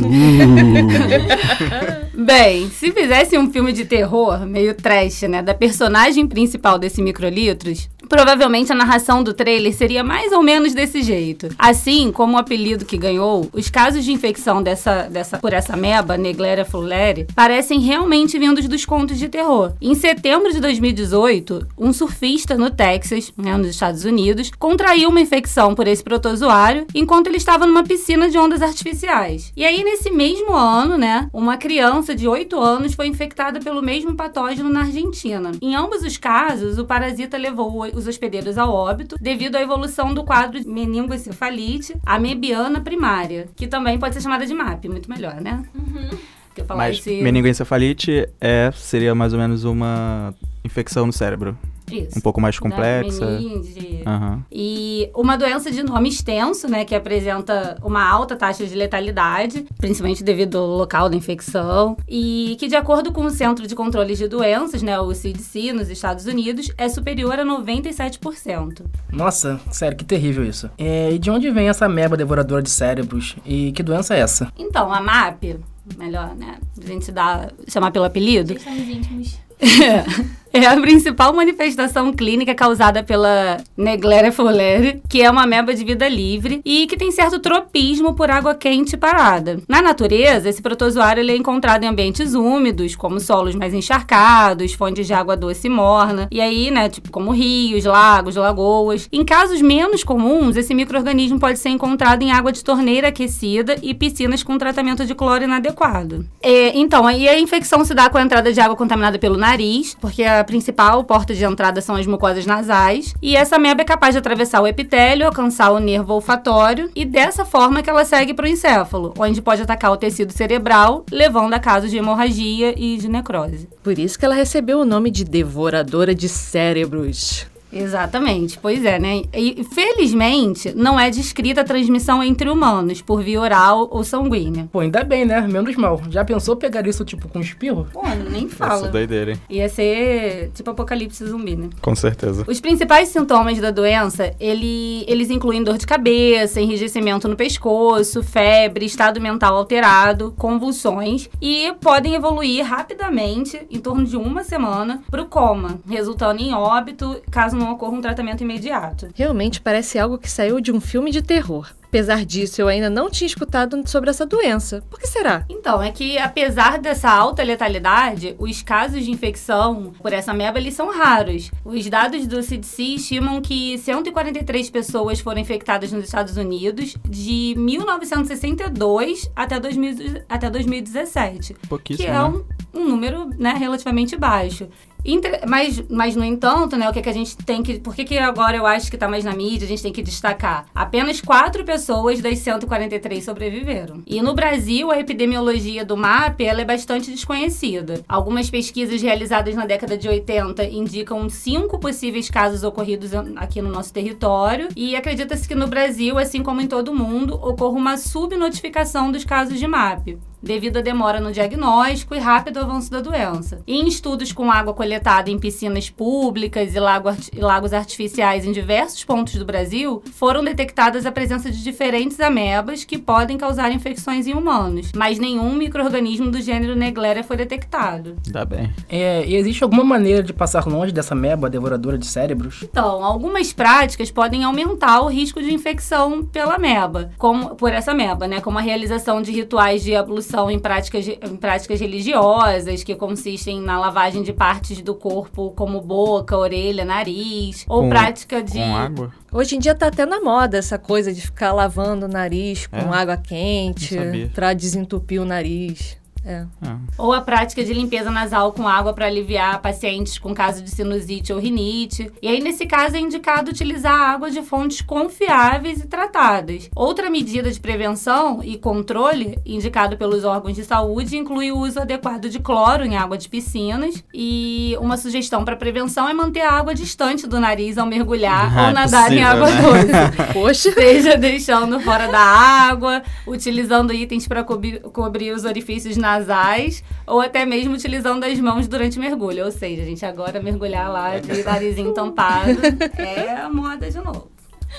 Bem, se fizesse um filme de terror, meio trash, né, da personagem principal desse Microlitros, provavelmente a narração do trailer seria mais ou menos desse jeito. Assim como o apelido que ganhou, os casos de infecção por essa ameba, Naegleria fowleri, parecem realmente vindos dos contos de terror. Em setembro de 2018, um surfista no Texas, né, nos Estados Unidos, contraiu uma infecção por esse protozoário enquanto ele estava numa piscina de ondas artificiais. E aí, nesse mesmo ano, né, uma criança de 8 anos foi infectada pelo mesmo patógeno na Argentina. Em ambos os casos, o parasita levou os hospedeiros ao óbito devido à evolução do quadro de meningoencefalite amebiana primária, que também pode ser chamada de MAP, muito melhor, né? Mas meningoencefalite seria mais ou menos uma infecção no cérebro. Isso. Um pouco mais complexa. Uhum. E uma doença de nome extenso, né, que apresenta uma alta taxa de letalidade, principalmente devido ao local da infecção, e que, de acordo com o Centro de Controle de Doenças, né, o CDC, nos Estados Unidos, é superior a 97%. Nossa, sério, que terrível isso. E de onde vem essa ameba devoradora de cérebros? E que doença é essa? Então, a MAP, melhor, né, a gente chamar pelo apelido. Vocês são os íntimos. É a principal manifestação clínica causada pela Naegleria fowleri, que é uma ameba de vida livre e que tem certo tropismo por água quente parada. Na natureza, esse protozoário ele é encontrado em ambientes úmidos, como solos mais encharcados, fontes de água doce e morna, e aí, né, tipo como rios, lagos, lagoas. Em casos menos comuns, esse micro-organismo pode ser encontrado em água de torneira aquecida e piscinas com tratamento de cloro inadequado. Então, aí a infecção se dá com a entrada de água contaminada pelo nariz, porque a principal porta de entrada são as mucosas nasais, e essa ameba é capaz de atravessar o epitélio, alcançar o nervo olfatório, e dessa forma que ela segue para o encéfalo, onde pode atacar o tecido cerebral, levando a casos de hemorragia e de necrose. Por isso que ela recebeu o nome de devoradora de cérebros. Exatamente, pois é, né? E felizmente não é descrita a transmissão entre humanos, por via oral ou sanguínea. Pô, ainda bem, né? Menos mal. Já pensou pegar isso, tipo, com espirro? Pô, nem fala. Nossa, doideira, hein? Ia ser tipo apocalipse zumbi, né? Com certeza. Os principais sintomas da doença, eles incluem dor de cabeça, enrijecimento no pescoço, febre, estado mental alterado, convulsões e podem evoluir rapidamente, em torno de 1 semana, para o coma, resultando em óbito, caso não ocorra um tratamento imediato. Realmente parece algo que saiu de um filme de terror. Apesar disso, eu ainda não tinha escutado sobre essa doença. Por que será? Então, é que apesar dessa alta letalidade, os casos de infecção por essa ameba, eles são raros. Os dados do CDC estimam que 143 pessoas foram infectadas nos Estados Unidos de 1962 até 2017. Pouquíssimo, que é um número, né, relativamente baixo. Mas, no entanto, né, o que a gente tem que... Por que agora eu acho que está mais na mídia, a gente tem que destacar? Apenas 4 pessoas das 143 sobreviveram. E no Brasil, a epidemiologia do MAP ela é bastante desconhecida. Algumas pesquisas realizadas na década de 80 indicam 5 possíveis casos ocorridos aqui no nosso território. E acredita-se que no Brasil, assim como em todo o mundo, ocorre uma subnotificação dos casos de MAP, devido à demora no diagnóstico e rápido avanço da doença. E em estudos com água coletada em piscinas públicas e lagos artificiais em diversos pontos do Brasil, foram detectadas a presença de diferentes amebas que podem causar infecções em humanos, mas nenhum micro-organismo do gênero Naegleria foi detectado. Dá bem. E existe alguma maneira de passar longe dessa ameba devoradora de cérebros? Então, algumas práticas podem aumentar o risco de infecção pela ameba, por essa ameba, né? Como a realização de rituais de ablução em práticas religiosas, que consistem na lavagem de partes do corpo, como boca, orelha, nariz, ou prática de... Com água? Hoje em dia tá até na moda essa coisa de ficar lavando o nariz com água quente pra desentupir o nariz. Ou a prática de limpeza nasal com água para aliviar pacientes com caso de sinusite ou rinite. E aí, nesse caso, é indicado utilizar água de fontes confiáveis e tratadas. Outra medida de prevenção e controle indicado pelos órgãos de saúde inclui o uso adequado de cloro em água de piscinas. E uma sugestão para prevenção é manter a água distante do nariz ao mergulhar ou nadar em água doce. Poxa! Seja deixando fora da água, utilizando itens para cobrir os orifícios nasais, ou até mesmo utilizando as mãos durante o mergulho. Ou seja, a gente agora mergulhar lá de narizinho tampado é a moda de novo.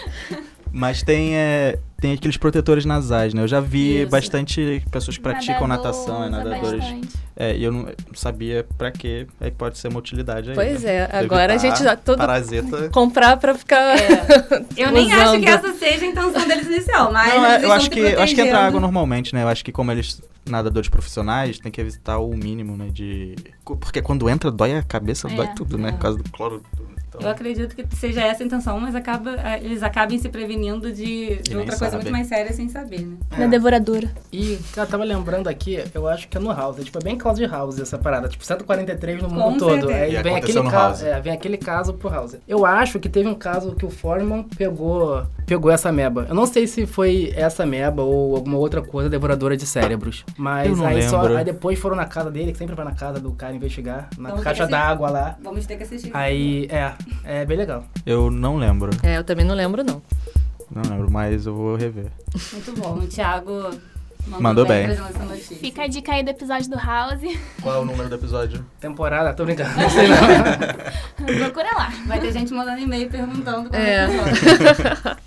Mas tem aqueles protetores nasais, né? Eu já vi bastante pessoas que praticam natação, nadadores. E eu não sabia pra quê. Aí pode ser uma utilidade aí. Pois é, agora a gente já parasita. Comprar pra ficar. Eu nem acho que essa seja a intenção deles inicial, mas. Não, eu acho que entra água normalmente, né? Eu acho que como eles nadadores profissionais, tem que evitar o mínimo, né? Porque quando entra, dói a cabeça, dói tudo, né? Por causa do cloro. Então... Eu acredito que seja essa a intenção, mas eles acabem se prevenindo de outra coisa muito mais séria sem saber, né? Na devoradora. E, cara, tava lembrando aqui, eu acho que é no House. É bem caso de House essa parada. 143 no mundo todo. Aí vem aquele caso pro House. Eu acho que teve um caso que o Foreman pegou essa ameba. Eu não sei se foi essa ameba ou alguma outra coisa devoradora de cérebros. Mas aí depois foram na casa dele, que sempre vai na casa do cara investigar, na caixa d'água lá. Vamos ter que assistir. Aí, é bem legal. Eu não lembro. Eu também não lembro, não. Não lembro, mas eu vou rever. Muito bom. O Thiago mandou bem. Fica a dica aí do episódio do House. Qual é o número do episódio? Temporada, tô brincando. Não sei não. Procura lá. Vai ter gente mandando e-mail perguntando qual é o episódio.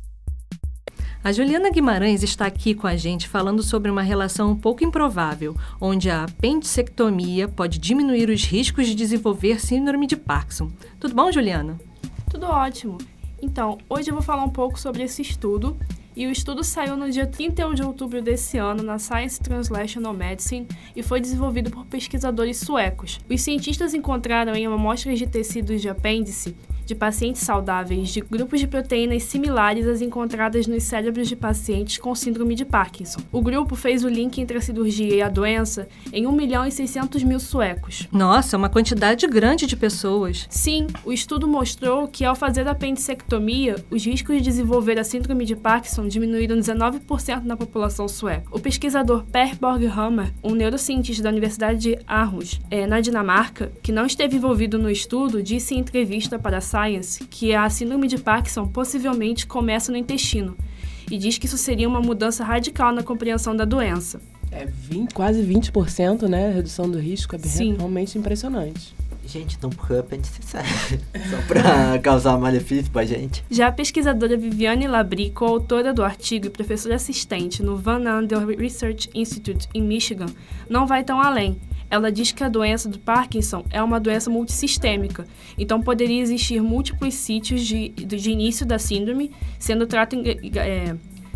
A Juliana Guimarães está aqui com a gente falando sobre uma relação um pouco improvável, onde a apendicectomia pode diminuir os riscos de desenvolver síndrome de Parkinson. Tudo bom, Juliana? Tudo ótimo. Então, hoje eu vou falar um pouco sobre esse estudo. E o estudo saiu no dia 31 de outubro desse ano na Science Translational Medicine e foi desenvolvido por pesquisadores suecos. Os cientistas encontraram em amostras de tecidos de apêndice de pacientes saudáveis de grupos de proteínas similares às encontradas nos cérebros de pacientes com síndrome de Parkinson. O grupo fez o link entre a cirurgia e a doença em 1.600.000 suecos. Nossa, uma quantidade grande de pessoas. Sim, o estudo mostrou que ao fazer a apendicectomia, os riscos de desenvolver a síndrome de Parkinson diminuíram 19% na população sueca. O pesquisador Per Borghammer, um neurocientista da Universidade de Aarhus, na Dinamarca, que não esteve envolvido no estudo, disse em entrevista para a Science que a síndrome de Parkinson possivelmente começa no intestino e diz que isso seria uma mudança radical na compreensão da doença. Quase 20%, né? Redução do risco é realmente impressionante. Gente, então por que o apêndice serve? Só pra causar malefício pra gente. Já a pesquisadora Viviane Labrie, coautora do artigo e professora assistente no Van Andel Research Institute em Michigan, não vai tão além. Ela diz que a doença do Parkinson é uma doença multissistêmica, então poderia existir múltiplos sítios de início da síndrome, sendo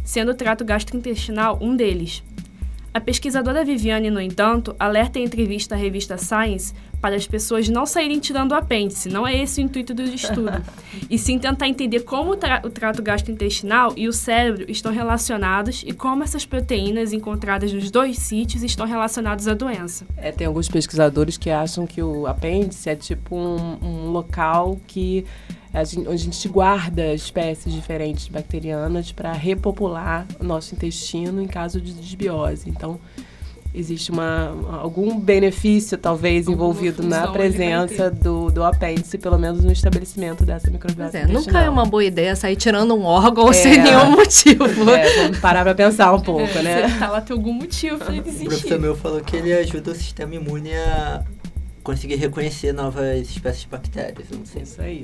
sendo o trato gastrointestinal um deles. A pesquisadora Viviane, no entanto, alerta em entrevista à revista Science para as pessoas não saírem tirando o apêndice, não é esse o intuito do estudo, e sim tentar entender como o trato gastrointestinal e o cérebro estão relacionados e como essas proteínas encontradas nos dois sítios estão relacionadas à doença. Tem alguns pesquisadores que acham que o apêndice é tipo um local que onde a gente guarda espécies diferentes bacterianas para repopular o nosso intestino em caso de desbiose. Então, existe algum benefício, talvez, envolvido na presença do apêndice, pelo menos no estabelecimento dessa microbiota intestinal. Nunca é uma boa ideia sair tirando um órgão sem nenhum motivo. Vamos parar para pensar um pouco, né? Ela tem algum motivo para ele existir. O professor meu falou que ele ajuda o sistema imune a conseguir reconhecer novas espécies de bactérias. Não sei. Isso aí.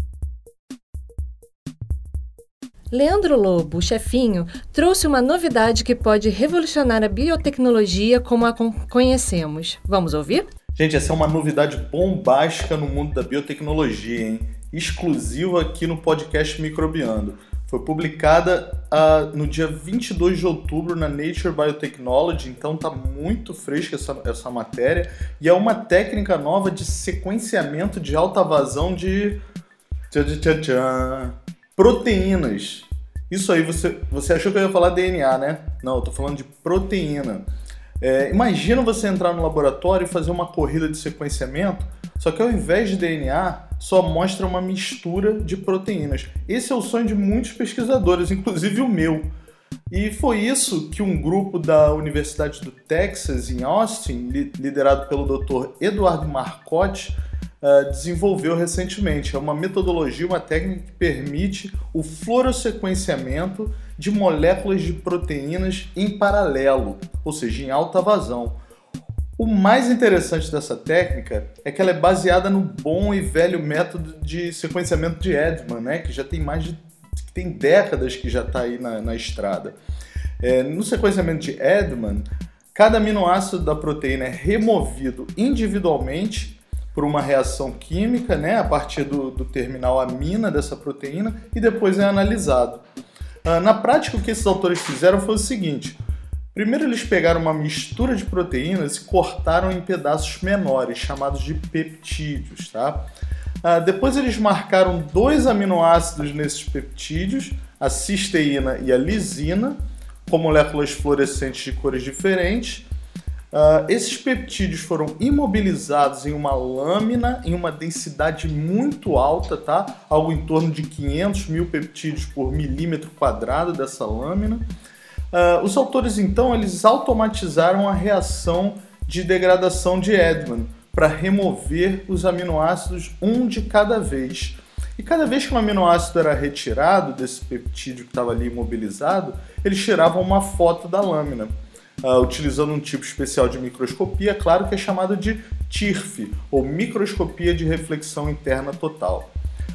Leandro Lobo, o chefinho, trouxe uma novidade que pode revolucionar a biotecnologia como a conhecemos. Vamos ouvir? Gente, essa é uma novidade bombástica no mundo da biotecnologia, hein? Exclusiva aqui no podcast Microbiando. Foi publicada no dia 22 de outubro na Nature Biotechnology, então tá muito fresca essa matéria. E é uma técnica nova de sequenciamento de alta vazão de proteínas. Isso aí, você achou que eu ia falar DNA, né? Não, eu tô falando de proteína. Imagina você entrar no laboratório e fazer uma corrida de sequenciamento, só que ao invés de DNA, só mostra uma mistura de proteínas. Esse é o sonho de muitos pesquisadores, inclusive o meu. E foi isso que um grupo da Universidade do Texas, em Austin, liderado pelo Dr. Eduardo Marcotte, desenvolveu recentemente. É uma metodologia, uma técnica que permite o fluorossequenciamento de moléculas de proteínas em paralelo, ou seja, em alta vazão. O mais interessante dessa técnica é que ela é baseada no bom e velho método de sequenciamento de Edman, né, que já tem tem décadas que já está aí na estrada. No sequenciamento de Edman, cada aminoácido da proteína é removido individualmente por uma reação química, né, a partir do terminal amina dessa proteína, e depois é analisado. Na prática, o que esses autores fizeram foi o seguinte: primeiro eles pegaram uma mistura de proteínas e cortaram em pedaços menores, chamados de peptídeos. Tá? Depois eles marcaram 2 aminoácidos nesses peptídeos, a cisteína e a lisina, com moléculas fluorescentes de cores diferentes. Esses peptídeos foram imobilizados em uma lâmina em uma densidade muito alta, tá? Algo em torno de 500 mil peptídeos por milímetro quadrado dessa lâmina. Os autores, então, eles automatizaram a reação de degradação de Edman para remover os aminoácidos um de cada vez. E cada vez que um aminoácido era retirado desse peptídeo que estava ali imobilizado, eles tiravam uma foto da lâmina, utilizando um tipo especial de microscopia, claro, que é chamado de TIRF, ou microscopia de reflexão interna total.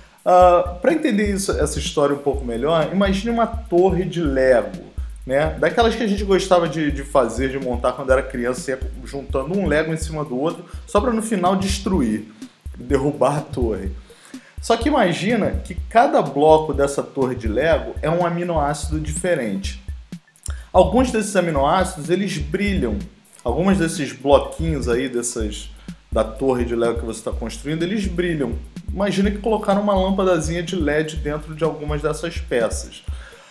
Para entender essa história um pouco melhor, imagine uma torre de Lego, né? Daquelas que a gente gostava de fazer, de montar quando era criança, juntando um Lego em cima do outro, só para no final destruir, derrubar a torre. Só que imagina que cada bloco dessa torre de Lego é um aminoácido diferente. Alguns desses aminoácidos, eles brilham. Alguns desses bloquinhos aí, da torre de Lego que você está construindo, eles brilham. Imagina que colocaram uma lâmpadazinha de LED dentro de algumas dessas peças.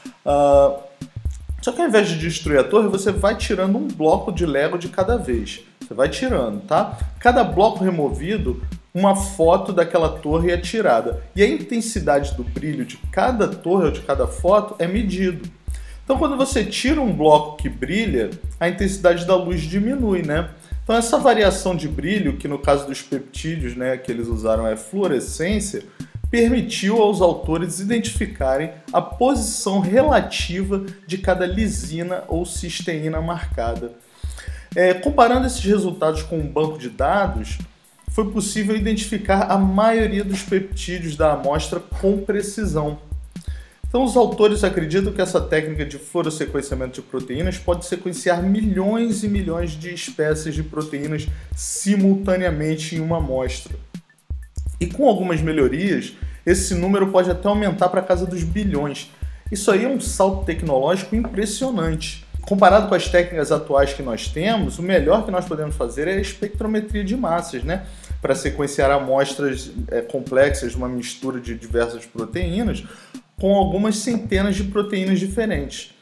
Só que ao invés de destruir a torre, você vai tirando um bloco de Lego de cada vez. Você vai tirando, tá? Cada bloco removido, uma foto daquela torre é tirada. E a intensidade do brilho de cada torre ou de cada foto é medido. Então, quando você tira um bloco que brilha, a intensidade da luz diminui, né? Então, essa variação de brilho, que no caso dos peptídeos, né, que eles usaram é fluorescência, permitiu aos autores identificarem a posição relativa de cada lisina ou cisteína marcada. Comparando esses resultados com um banco de dados, foi possível identificar a maioria dos peptídeos da amostra com precisão. Então, os autores acreditam que essa técnica de fluorossequenciamento de proteínas pode sequenciar milhões e milhões de espécies de proteínas simultaneamente em uma amostra. E com algumas melhorias, esse número pode até aumentar para a casa dos bilhões. Isso aí é um salto tecnológico impressionante. Comparado com as técnicas atuais que nós temos, o melhor que nós podemos fazer é a espectrometria de massas, né? Para sequenciar amostras complexas de uma mistura de diversas proteínas com algumas centenas de proteínas diferentes.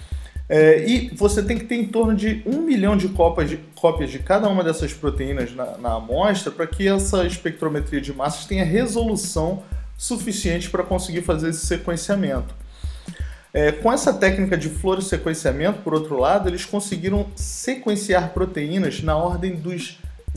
E você tem que ter em torno de 1 milhão de cópias de cada uma dessas proteínas na amostra para que essa espectrometria de massas tenha resolução suficiente para conseguir fazer esse sequenciamento. Com essa técnica de fluoressequenciamento, por outro lado, eles conseguiram sequenciar proteínas na ordem dos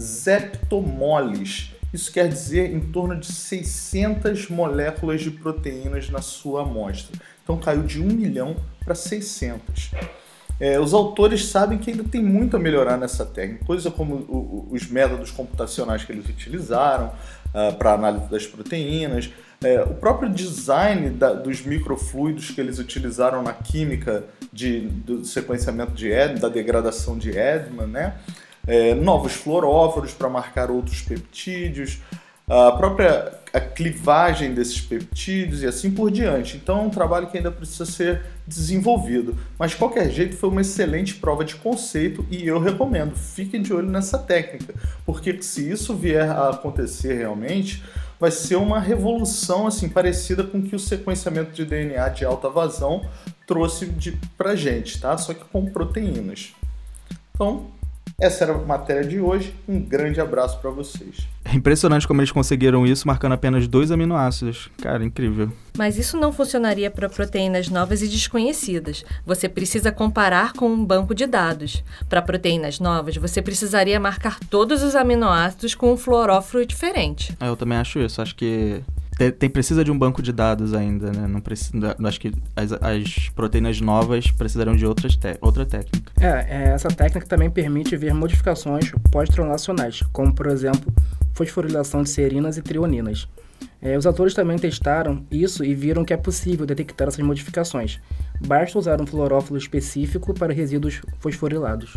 zeptomoles. Isso quer dizer em torno de 600 moléculas de proteínas na sua amostra. Então caiu de 1 milhão para 600. Os autores sabem que ainda tem muito a melhorar nessa técnica, coisa como os métodos computacionais que eles utilizaram para análise das proteínas, o próprio design dos microfluidos que eles utilizaram na química do sequenciamento de Edman, da degradação de Edman, né? Novos fluoróforos para marcar outros peptídeos, a clivagem desses peptídeos e assim por diante. Então é um trabalho que ainda precisa ser desenvolvido. Mas de qualquer jeito foi uma excelente prova de conceito e eu recomendo, fiquem de olho nessa técnica, porque se isso vier a acontecer realmente, vai ser uma revolução assim, parecida com o que o sequenciamento de DNA de alta vazão trouxe pra gente, tá? Só que com proteínas. Então, essa era a matéria de hoje. Um grande abraço para vocês. É impressionante como eles conseguiram isso marcando apenas 2 aminoácidos. Cara, incrível. Mas isso não funcionaria para proteínas novas e desconhecidas. Você precisa comparar com um banco de dados. Para proteínas novas, você precisaria marcar todos os aminoácidos com um fluoróforo diferente. Eu também acho isso. Acho que precisa de um banco de dados ainda, né? Não precisa, acho que as proteínas novas precisarão de outra técnica. Essa técnica também permite ver modificações pós-translacionais, como, por exemplo, fosforilação de serinas e trioninas. Os autores também testaram isso e viram que é possível detectar essas modificações. Basta usar um fluorófilo específico para resíduos fosforilados.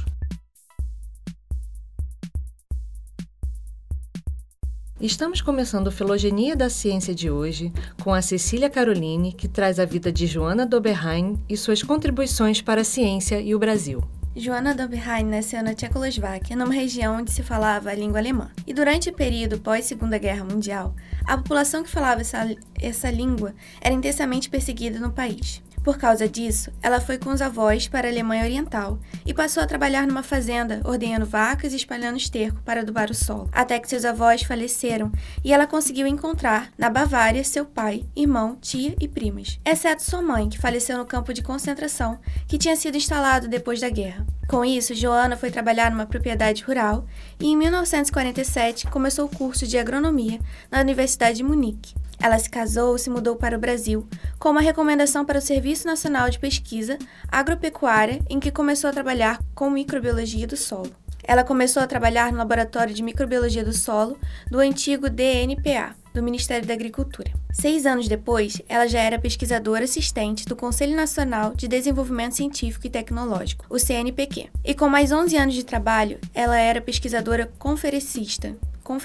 Estamos começando o Filogenia da Ciência de hoje com a Cecília Caroline, que traz a vida de Johanna Doberheim e suas contribuições para a ciência e o Brasil. Johanna Doberheim nasceu na Tchecoslováquia, numa região onde se falava a língua alemã. E durante o período pós-Segunda Guerra Mundial, a população que falava essa língua era intensamente perseguida no país. Por causa disso, ela foi com os avós para a Alemanha Oriental e passou a trabalhar numa fazenda, ordenhando vacas e espalhando esterco para adubar o solo, até que seus avós faleceram e ela conseguiu encontrar, na Bavária, seu pai, irmão, tia e primas, exceto sua mãe, que faleceu no campo de concentração, que tinha sido instalado depois da guerra. Com isso, Johanna foi trabalhar numa propriedade rural e, em 1947, começou o curso de agronomia na Universidade de Munique. Ela se casou e se mudou para o Brasil, com uma recomendação para o Serviço Nacional de Pesquisa Agropecuária, em que começou a trabalhar com microbiologia do solo. Ela começou a trabalhar no Laboratório de Microbiologia do Solo do antigo DNPA, do Ministério da Agricultura. 6 anos depois, ela já era pesquisadora assistente do Conselho Nacional de Desenvolvimento Científico e Tecnológico, o CNPq. E com mais 11 anos de trabalho, ela era pesquisadora conferencista.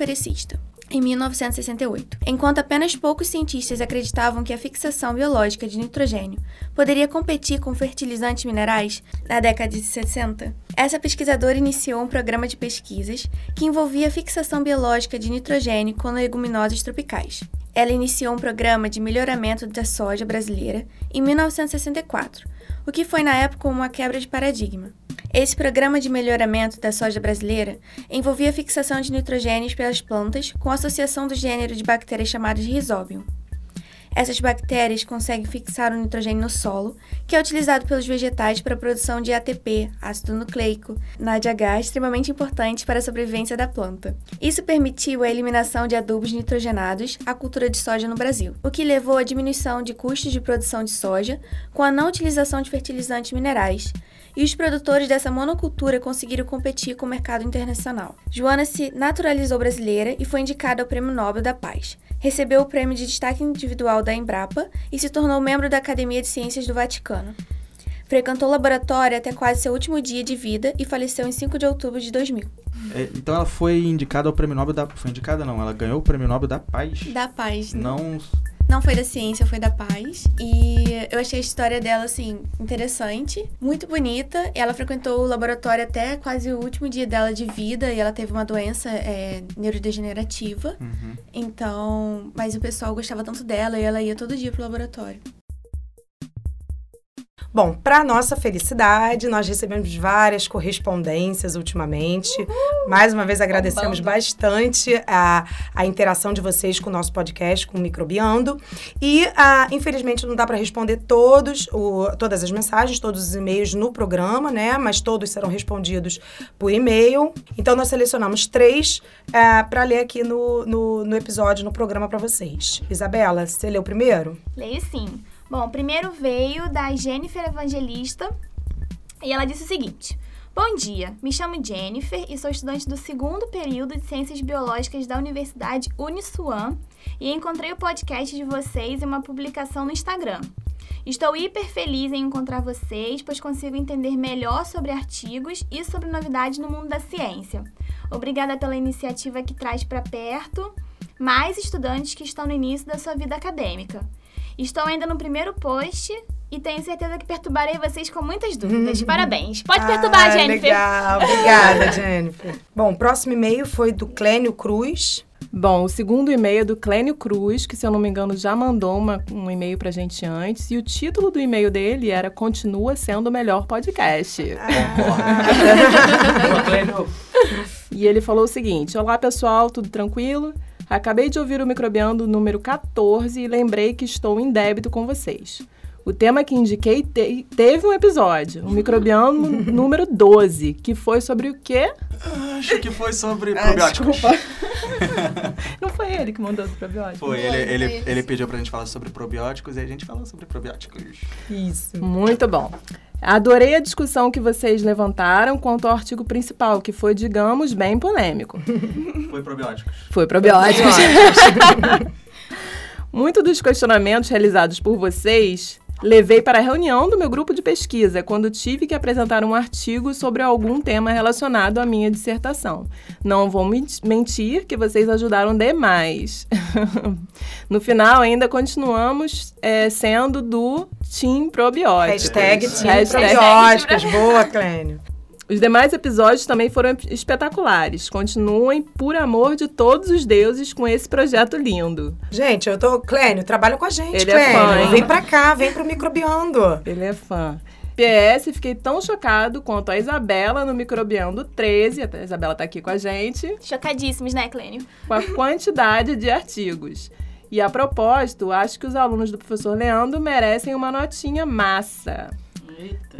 Em 1968. Enquanto apenas poucos cientistas acreditavam que a fixação biológica de nitrogênio poderia competir com fertilizantes minerais, na década de 60, essa pesquisadora iniciou um programa de pesquisas que envolvia a fixação biológica de nitrogênio com leguminosas tropicais. Ela iniciou um programa de melhoramento da soja brasileira em 1964, o que foi na época uma quebra de paradigma. Esse programa de melhoramento da soja brasileira envolvia a fixação de nitrogênios pelas plantas com a associação do gênero de bactérias chamadas Rhizobium. Essas bactérias conseguem fixar o nitrogênio no solo, que é utilizado pelos vegetais para a produção de ATP, ácido nucleico, NADH, extremamente importante para a sobrevivência da planta. Isso permitiu a eliminação de adubos nitrogenados à cultura de soja no Brasil, o que levou à diminuição de custos de produção de soja com a não utilização de fertilizantes minerais, e os produtores dessa monocultura conseguiram competir com o mercado internacional. Johanna se naturalizou brasileira e foi indicada ao Prêmio Nobel da Paz. Recebeu o Prêmio de Destaque Individual da Embrapa e se tornou membro da Academia de Ciências do Vaticano. Frequentou o laboratório até quase seu último dia de vida e faleceu em 5 de outubro de 2000. Então ela foi indicada ao Prêmio Nobel da... Foi indicada não, ela ganhou o Prêmio Nobel da Paz. Da Paz. Não Não foi da ciência, foi da paz. E eu achei a história dela, assim, interessante, muito bonita. Ela frequentou o laboratório até quase o último dia dela de vida e ela teve uma doença neurodegenerativa. Então, mas o pessoal gostava tanto dela e ela ia todo dia pro laboratório. Bom, para nossa felicidade, nós recebemos várias correspondências ultimamente. Mais uma vez, agradecemos bastante a interação de vocês com o nosso podcast, com o Microbiando. E, infelizmente, não dá para responder todas as mensagens, todos os e-mails no programa, né? Mas todos serão respondidos por e-mail. Então, nós selecionamos 3 para ler aqui no episódio, no programa para vocês. Isabela, você leu primeiro? Leio sim. Bom, primeiro veio da Jennifer Evangelista e ela disse o seguinte: Bom dia, me chamo Jennifer e sou estudante do 2º período de Ciências Biológicas da Universidade Uniswan e encontrei o podcast de vocês em uma publicação no Instagram. Estou hiper feliz em encontrar vocês, pois consigo entender melhor sobre artigos e sobre novidades no mundo da ciência. Obrigada pela iniciativa que traz para perto mais estudantes que estão no início da sua vida acadêmica. Estou ainda no primeiro post e tenho certeza que perturbarei vocês com muitas dúvidas. Parabéns. Pode perturbar, Jennifer. Legal. Obrigada, Jennifer. Bom, o próximo e-mail foi do Clênio Cruz. Bom, o segundo e-mail é do Clênio Cruz, que, se eu não me engano, já mandou um e-mail pra gente antes. E o título do e-mail dele era Continua Sendo o Melhor Podcast. E ele falou o seguinte: Olá, pessoal, tudo tranquilo? Acabei de ouvir o Microbiando número 14 e lembrei que estou em débito com vocês. O tema que indiquei teve um episódio, o Microbiando número 12, que foi sobre o quê? Acho que foi sobre probióticos. Desculpa. Não foi ele que mandou os probióticos? Foi, ele pediu pra gente falar sobre probióticos e a gente falou sobre probióticos. Isso. Muito bom. Adorei a discussão que vocês levantaram quanto ao artigo principal, que foi, digamos, bem polêmico. Foi probióticos. Foi probióticos. Muito dos questionamentos realizados por vocês levei para a reunião do meu grupo de pesquisa, quando tive que apresentar um artigo sobre algum tema relacionado à minha dissertação. Não vou mentir que vocês ajudaram demais. No final, ainda continuamos sendo do Team Probióticos. Hashtag Team Probióticos. Boa, Clênio. Os demais episódios também foram espetaculares. Continuem, por amor de todos os deuses, com esse projeto lindo. Gente, Clênio, trabalha com a gente, Ele Clênio. É fã, hein? Vem pra cá, vem pro Microbiando. Ele é fã. PS, fiquei tão chocado quanto a Isabela no Microbiando 13, a Isabela tá aqui com a gente. Chocadíssimos, né, Clênio? Com a quantidade de artigos. E, a propósito, acho que os alunos do professor Leandro merecem uma notinha massa. Eita.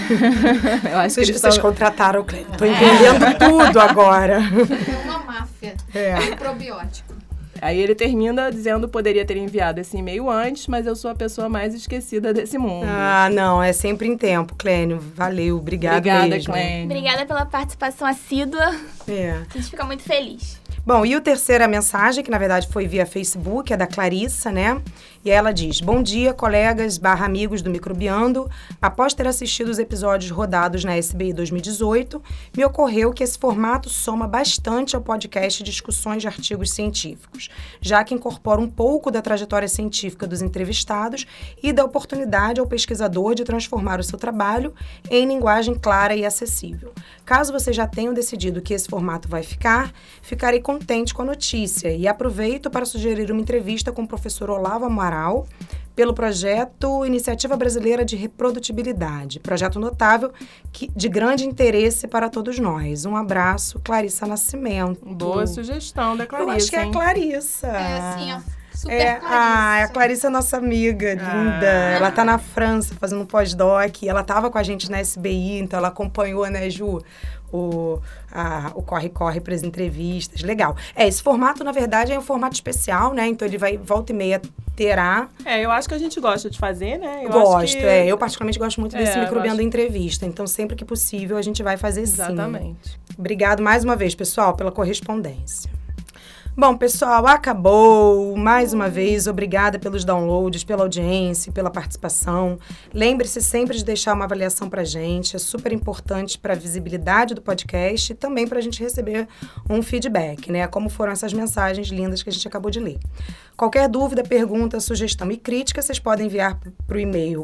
Eu acho que vocês contrataram o Clênio. Tô entendendo tudo agora. É uma máfia. Probiótico. Aí ele termina dizendo: poderia ter enviado esse e-mail antes, mas eu sou a pessoa mais esquecida desse mundo. Ah, não, é sempre em tempo, Clênio. Valeu, obrigada mesmo. Clênio. Obrigada pela participação assídua. A gente fica muito feliz. Bom, e a terceira mensagem, que na verdade foi via Facebook, é da Clarissa, né? E ela diz: Bom dia, colegas / amigos do Microbiando. Após ter assistido os episódios rodados na SBI 2018, me ocorreu que esse formato soma bastante ao podcast Discussões de Artigos Científicos, já que incorpora um pouco da trajetória científica dos entrevistados e dá oportunidade ao pesquisador de transformar o seu trabalho em linguagem clara e acessível. Caso vocês já tenham decidido que esse formato vai ficar, ficarei contente com a notícia e aproveito para sugerir uma entrevista com o professor Olavo Amaral pelo projeto Iniciativa Brasileira de Reprodutibilidade, projeto notável de grande interesse para todos nós. Um abraço, Clarissa Nascimento. Boa sugestão da Clarissa. Eu acho que é a Clarissa. Super Clarissa. A Clarissa é nossa amiga, linda. Ela tá na França fazendo um pós-doc. Ela tava com a gente na SBI, então ela acompanhou, né, Ju? O corre-corre para as entrevistas. Legal. Esse formato, na verdade, é um formato especial, né? Então, ele vai, volta e meia, terá. Eu acho que a gente gosta de fazer, né? Eu particularmente gosto muito desse Microbiando Entrevista. Então, sempre que possível, a gente vai fazer sim. Exatamente. Obrigado mais uma vez, pessoal, pela correspondência. Bom, pessoal, acabou. Mais uma vez, obrigada pelos downloads, pela audiência, pela participação. Lembre-se sempre de deixar uma avaliação pra gente. É super importante para a visibilidade do podcast e também para a gente receber um feedback, né? Como foram essas mensagens lindas que a gente acabou de ler. Qualquer dúvida, pergunta, sugestão e crítica, vocês podem enviar para o e-mail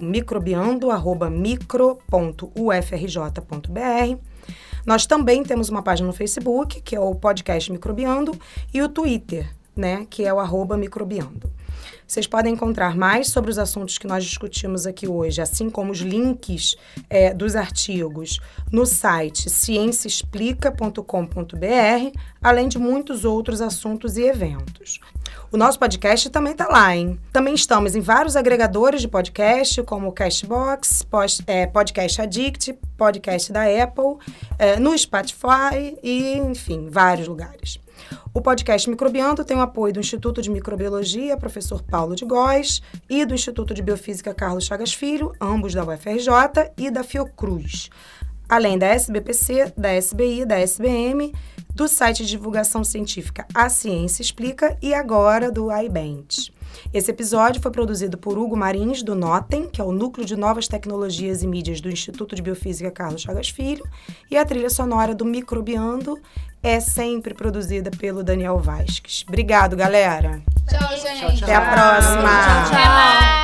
microbiando@micro.ufrj.br. Nós também temos uma página no Facebook, que é o podcast Microbiando, e o Twitter, né, que é o @microbiando. Vocês podem encontrar mais sobre os assuntos que nós discutimos aqui hoje, assim como os links dos artigos, no site cienciaexplica.com.br, além de muitos outros assuntos e eventos. O nosso podcast também está lá, hein? Também estamos em vários agregadores de podcast, como o Castbox, Podcast Addict, podcast da Apple, no Spotify e, enfim, vários lugares. O podcast Microbiando tem o apoio do Instituto de Microbiologia, professor Paulo de Góes, e do Instituto de Biofísica Carlos Chagas Filho, ambos da UFRJ, e da Fiocruz, além da SBPC, da SBI, da SBM, do site de divulgação científica A Ciência Explica e agora do iBent. Esse episódio foi produzido por Hugo Marins, do NOTEM, que é o Núcleo de Novas Tecnologias e Mídias do Instituto de Biofísica Carlos Chagas Filho, e a trilha sonora do Microbiando é sempre produzida pelo Daniel Vasques. Obrigado, galera. Tchau, gente. Até a próxima. Tchau.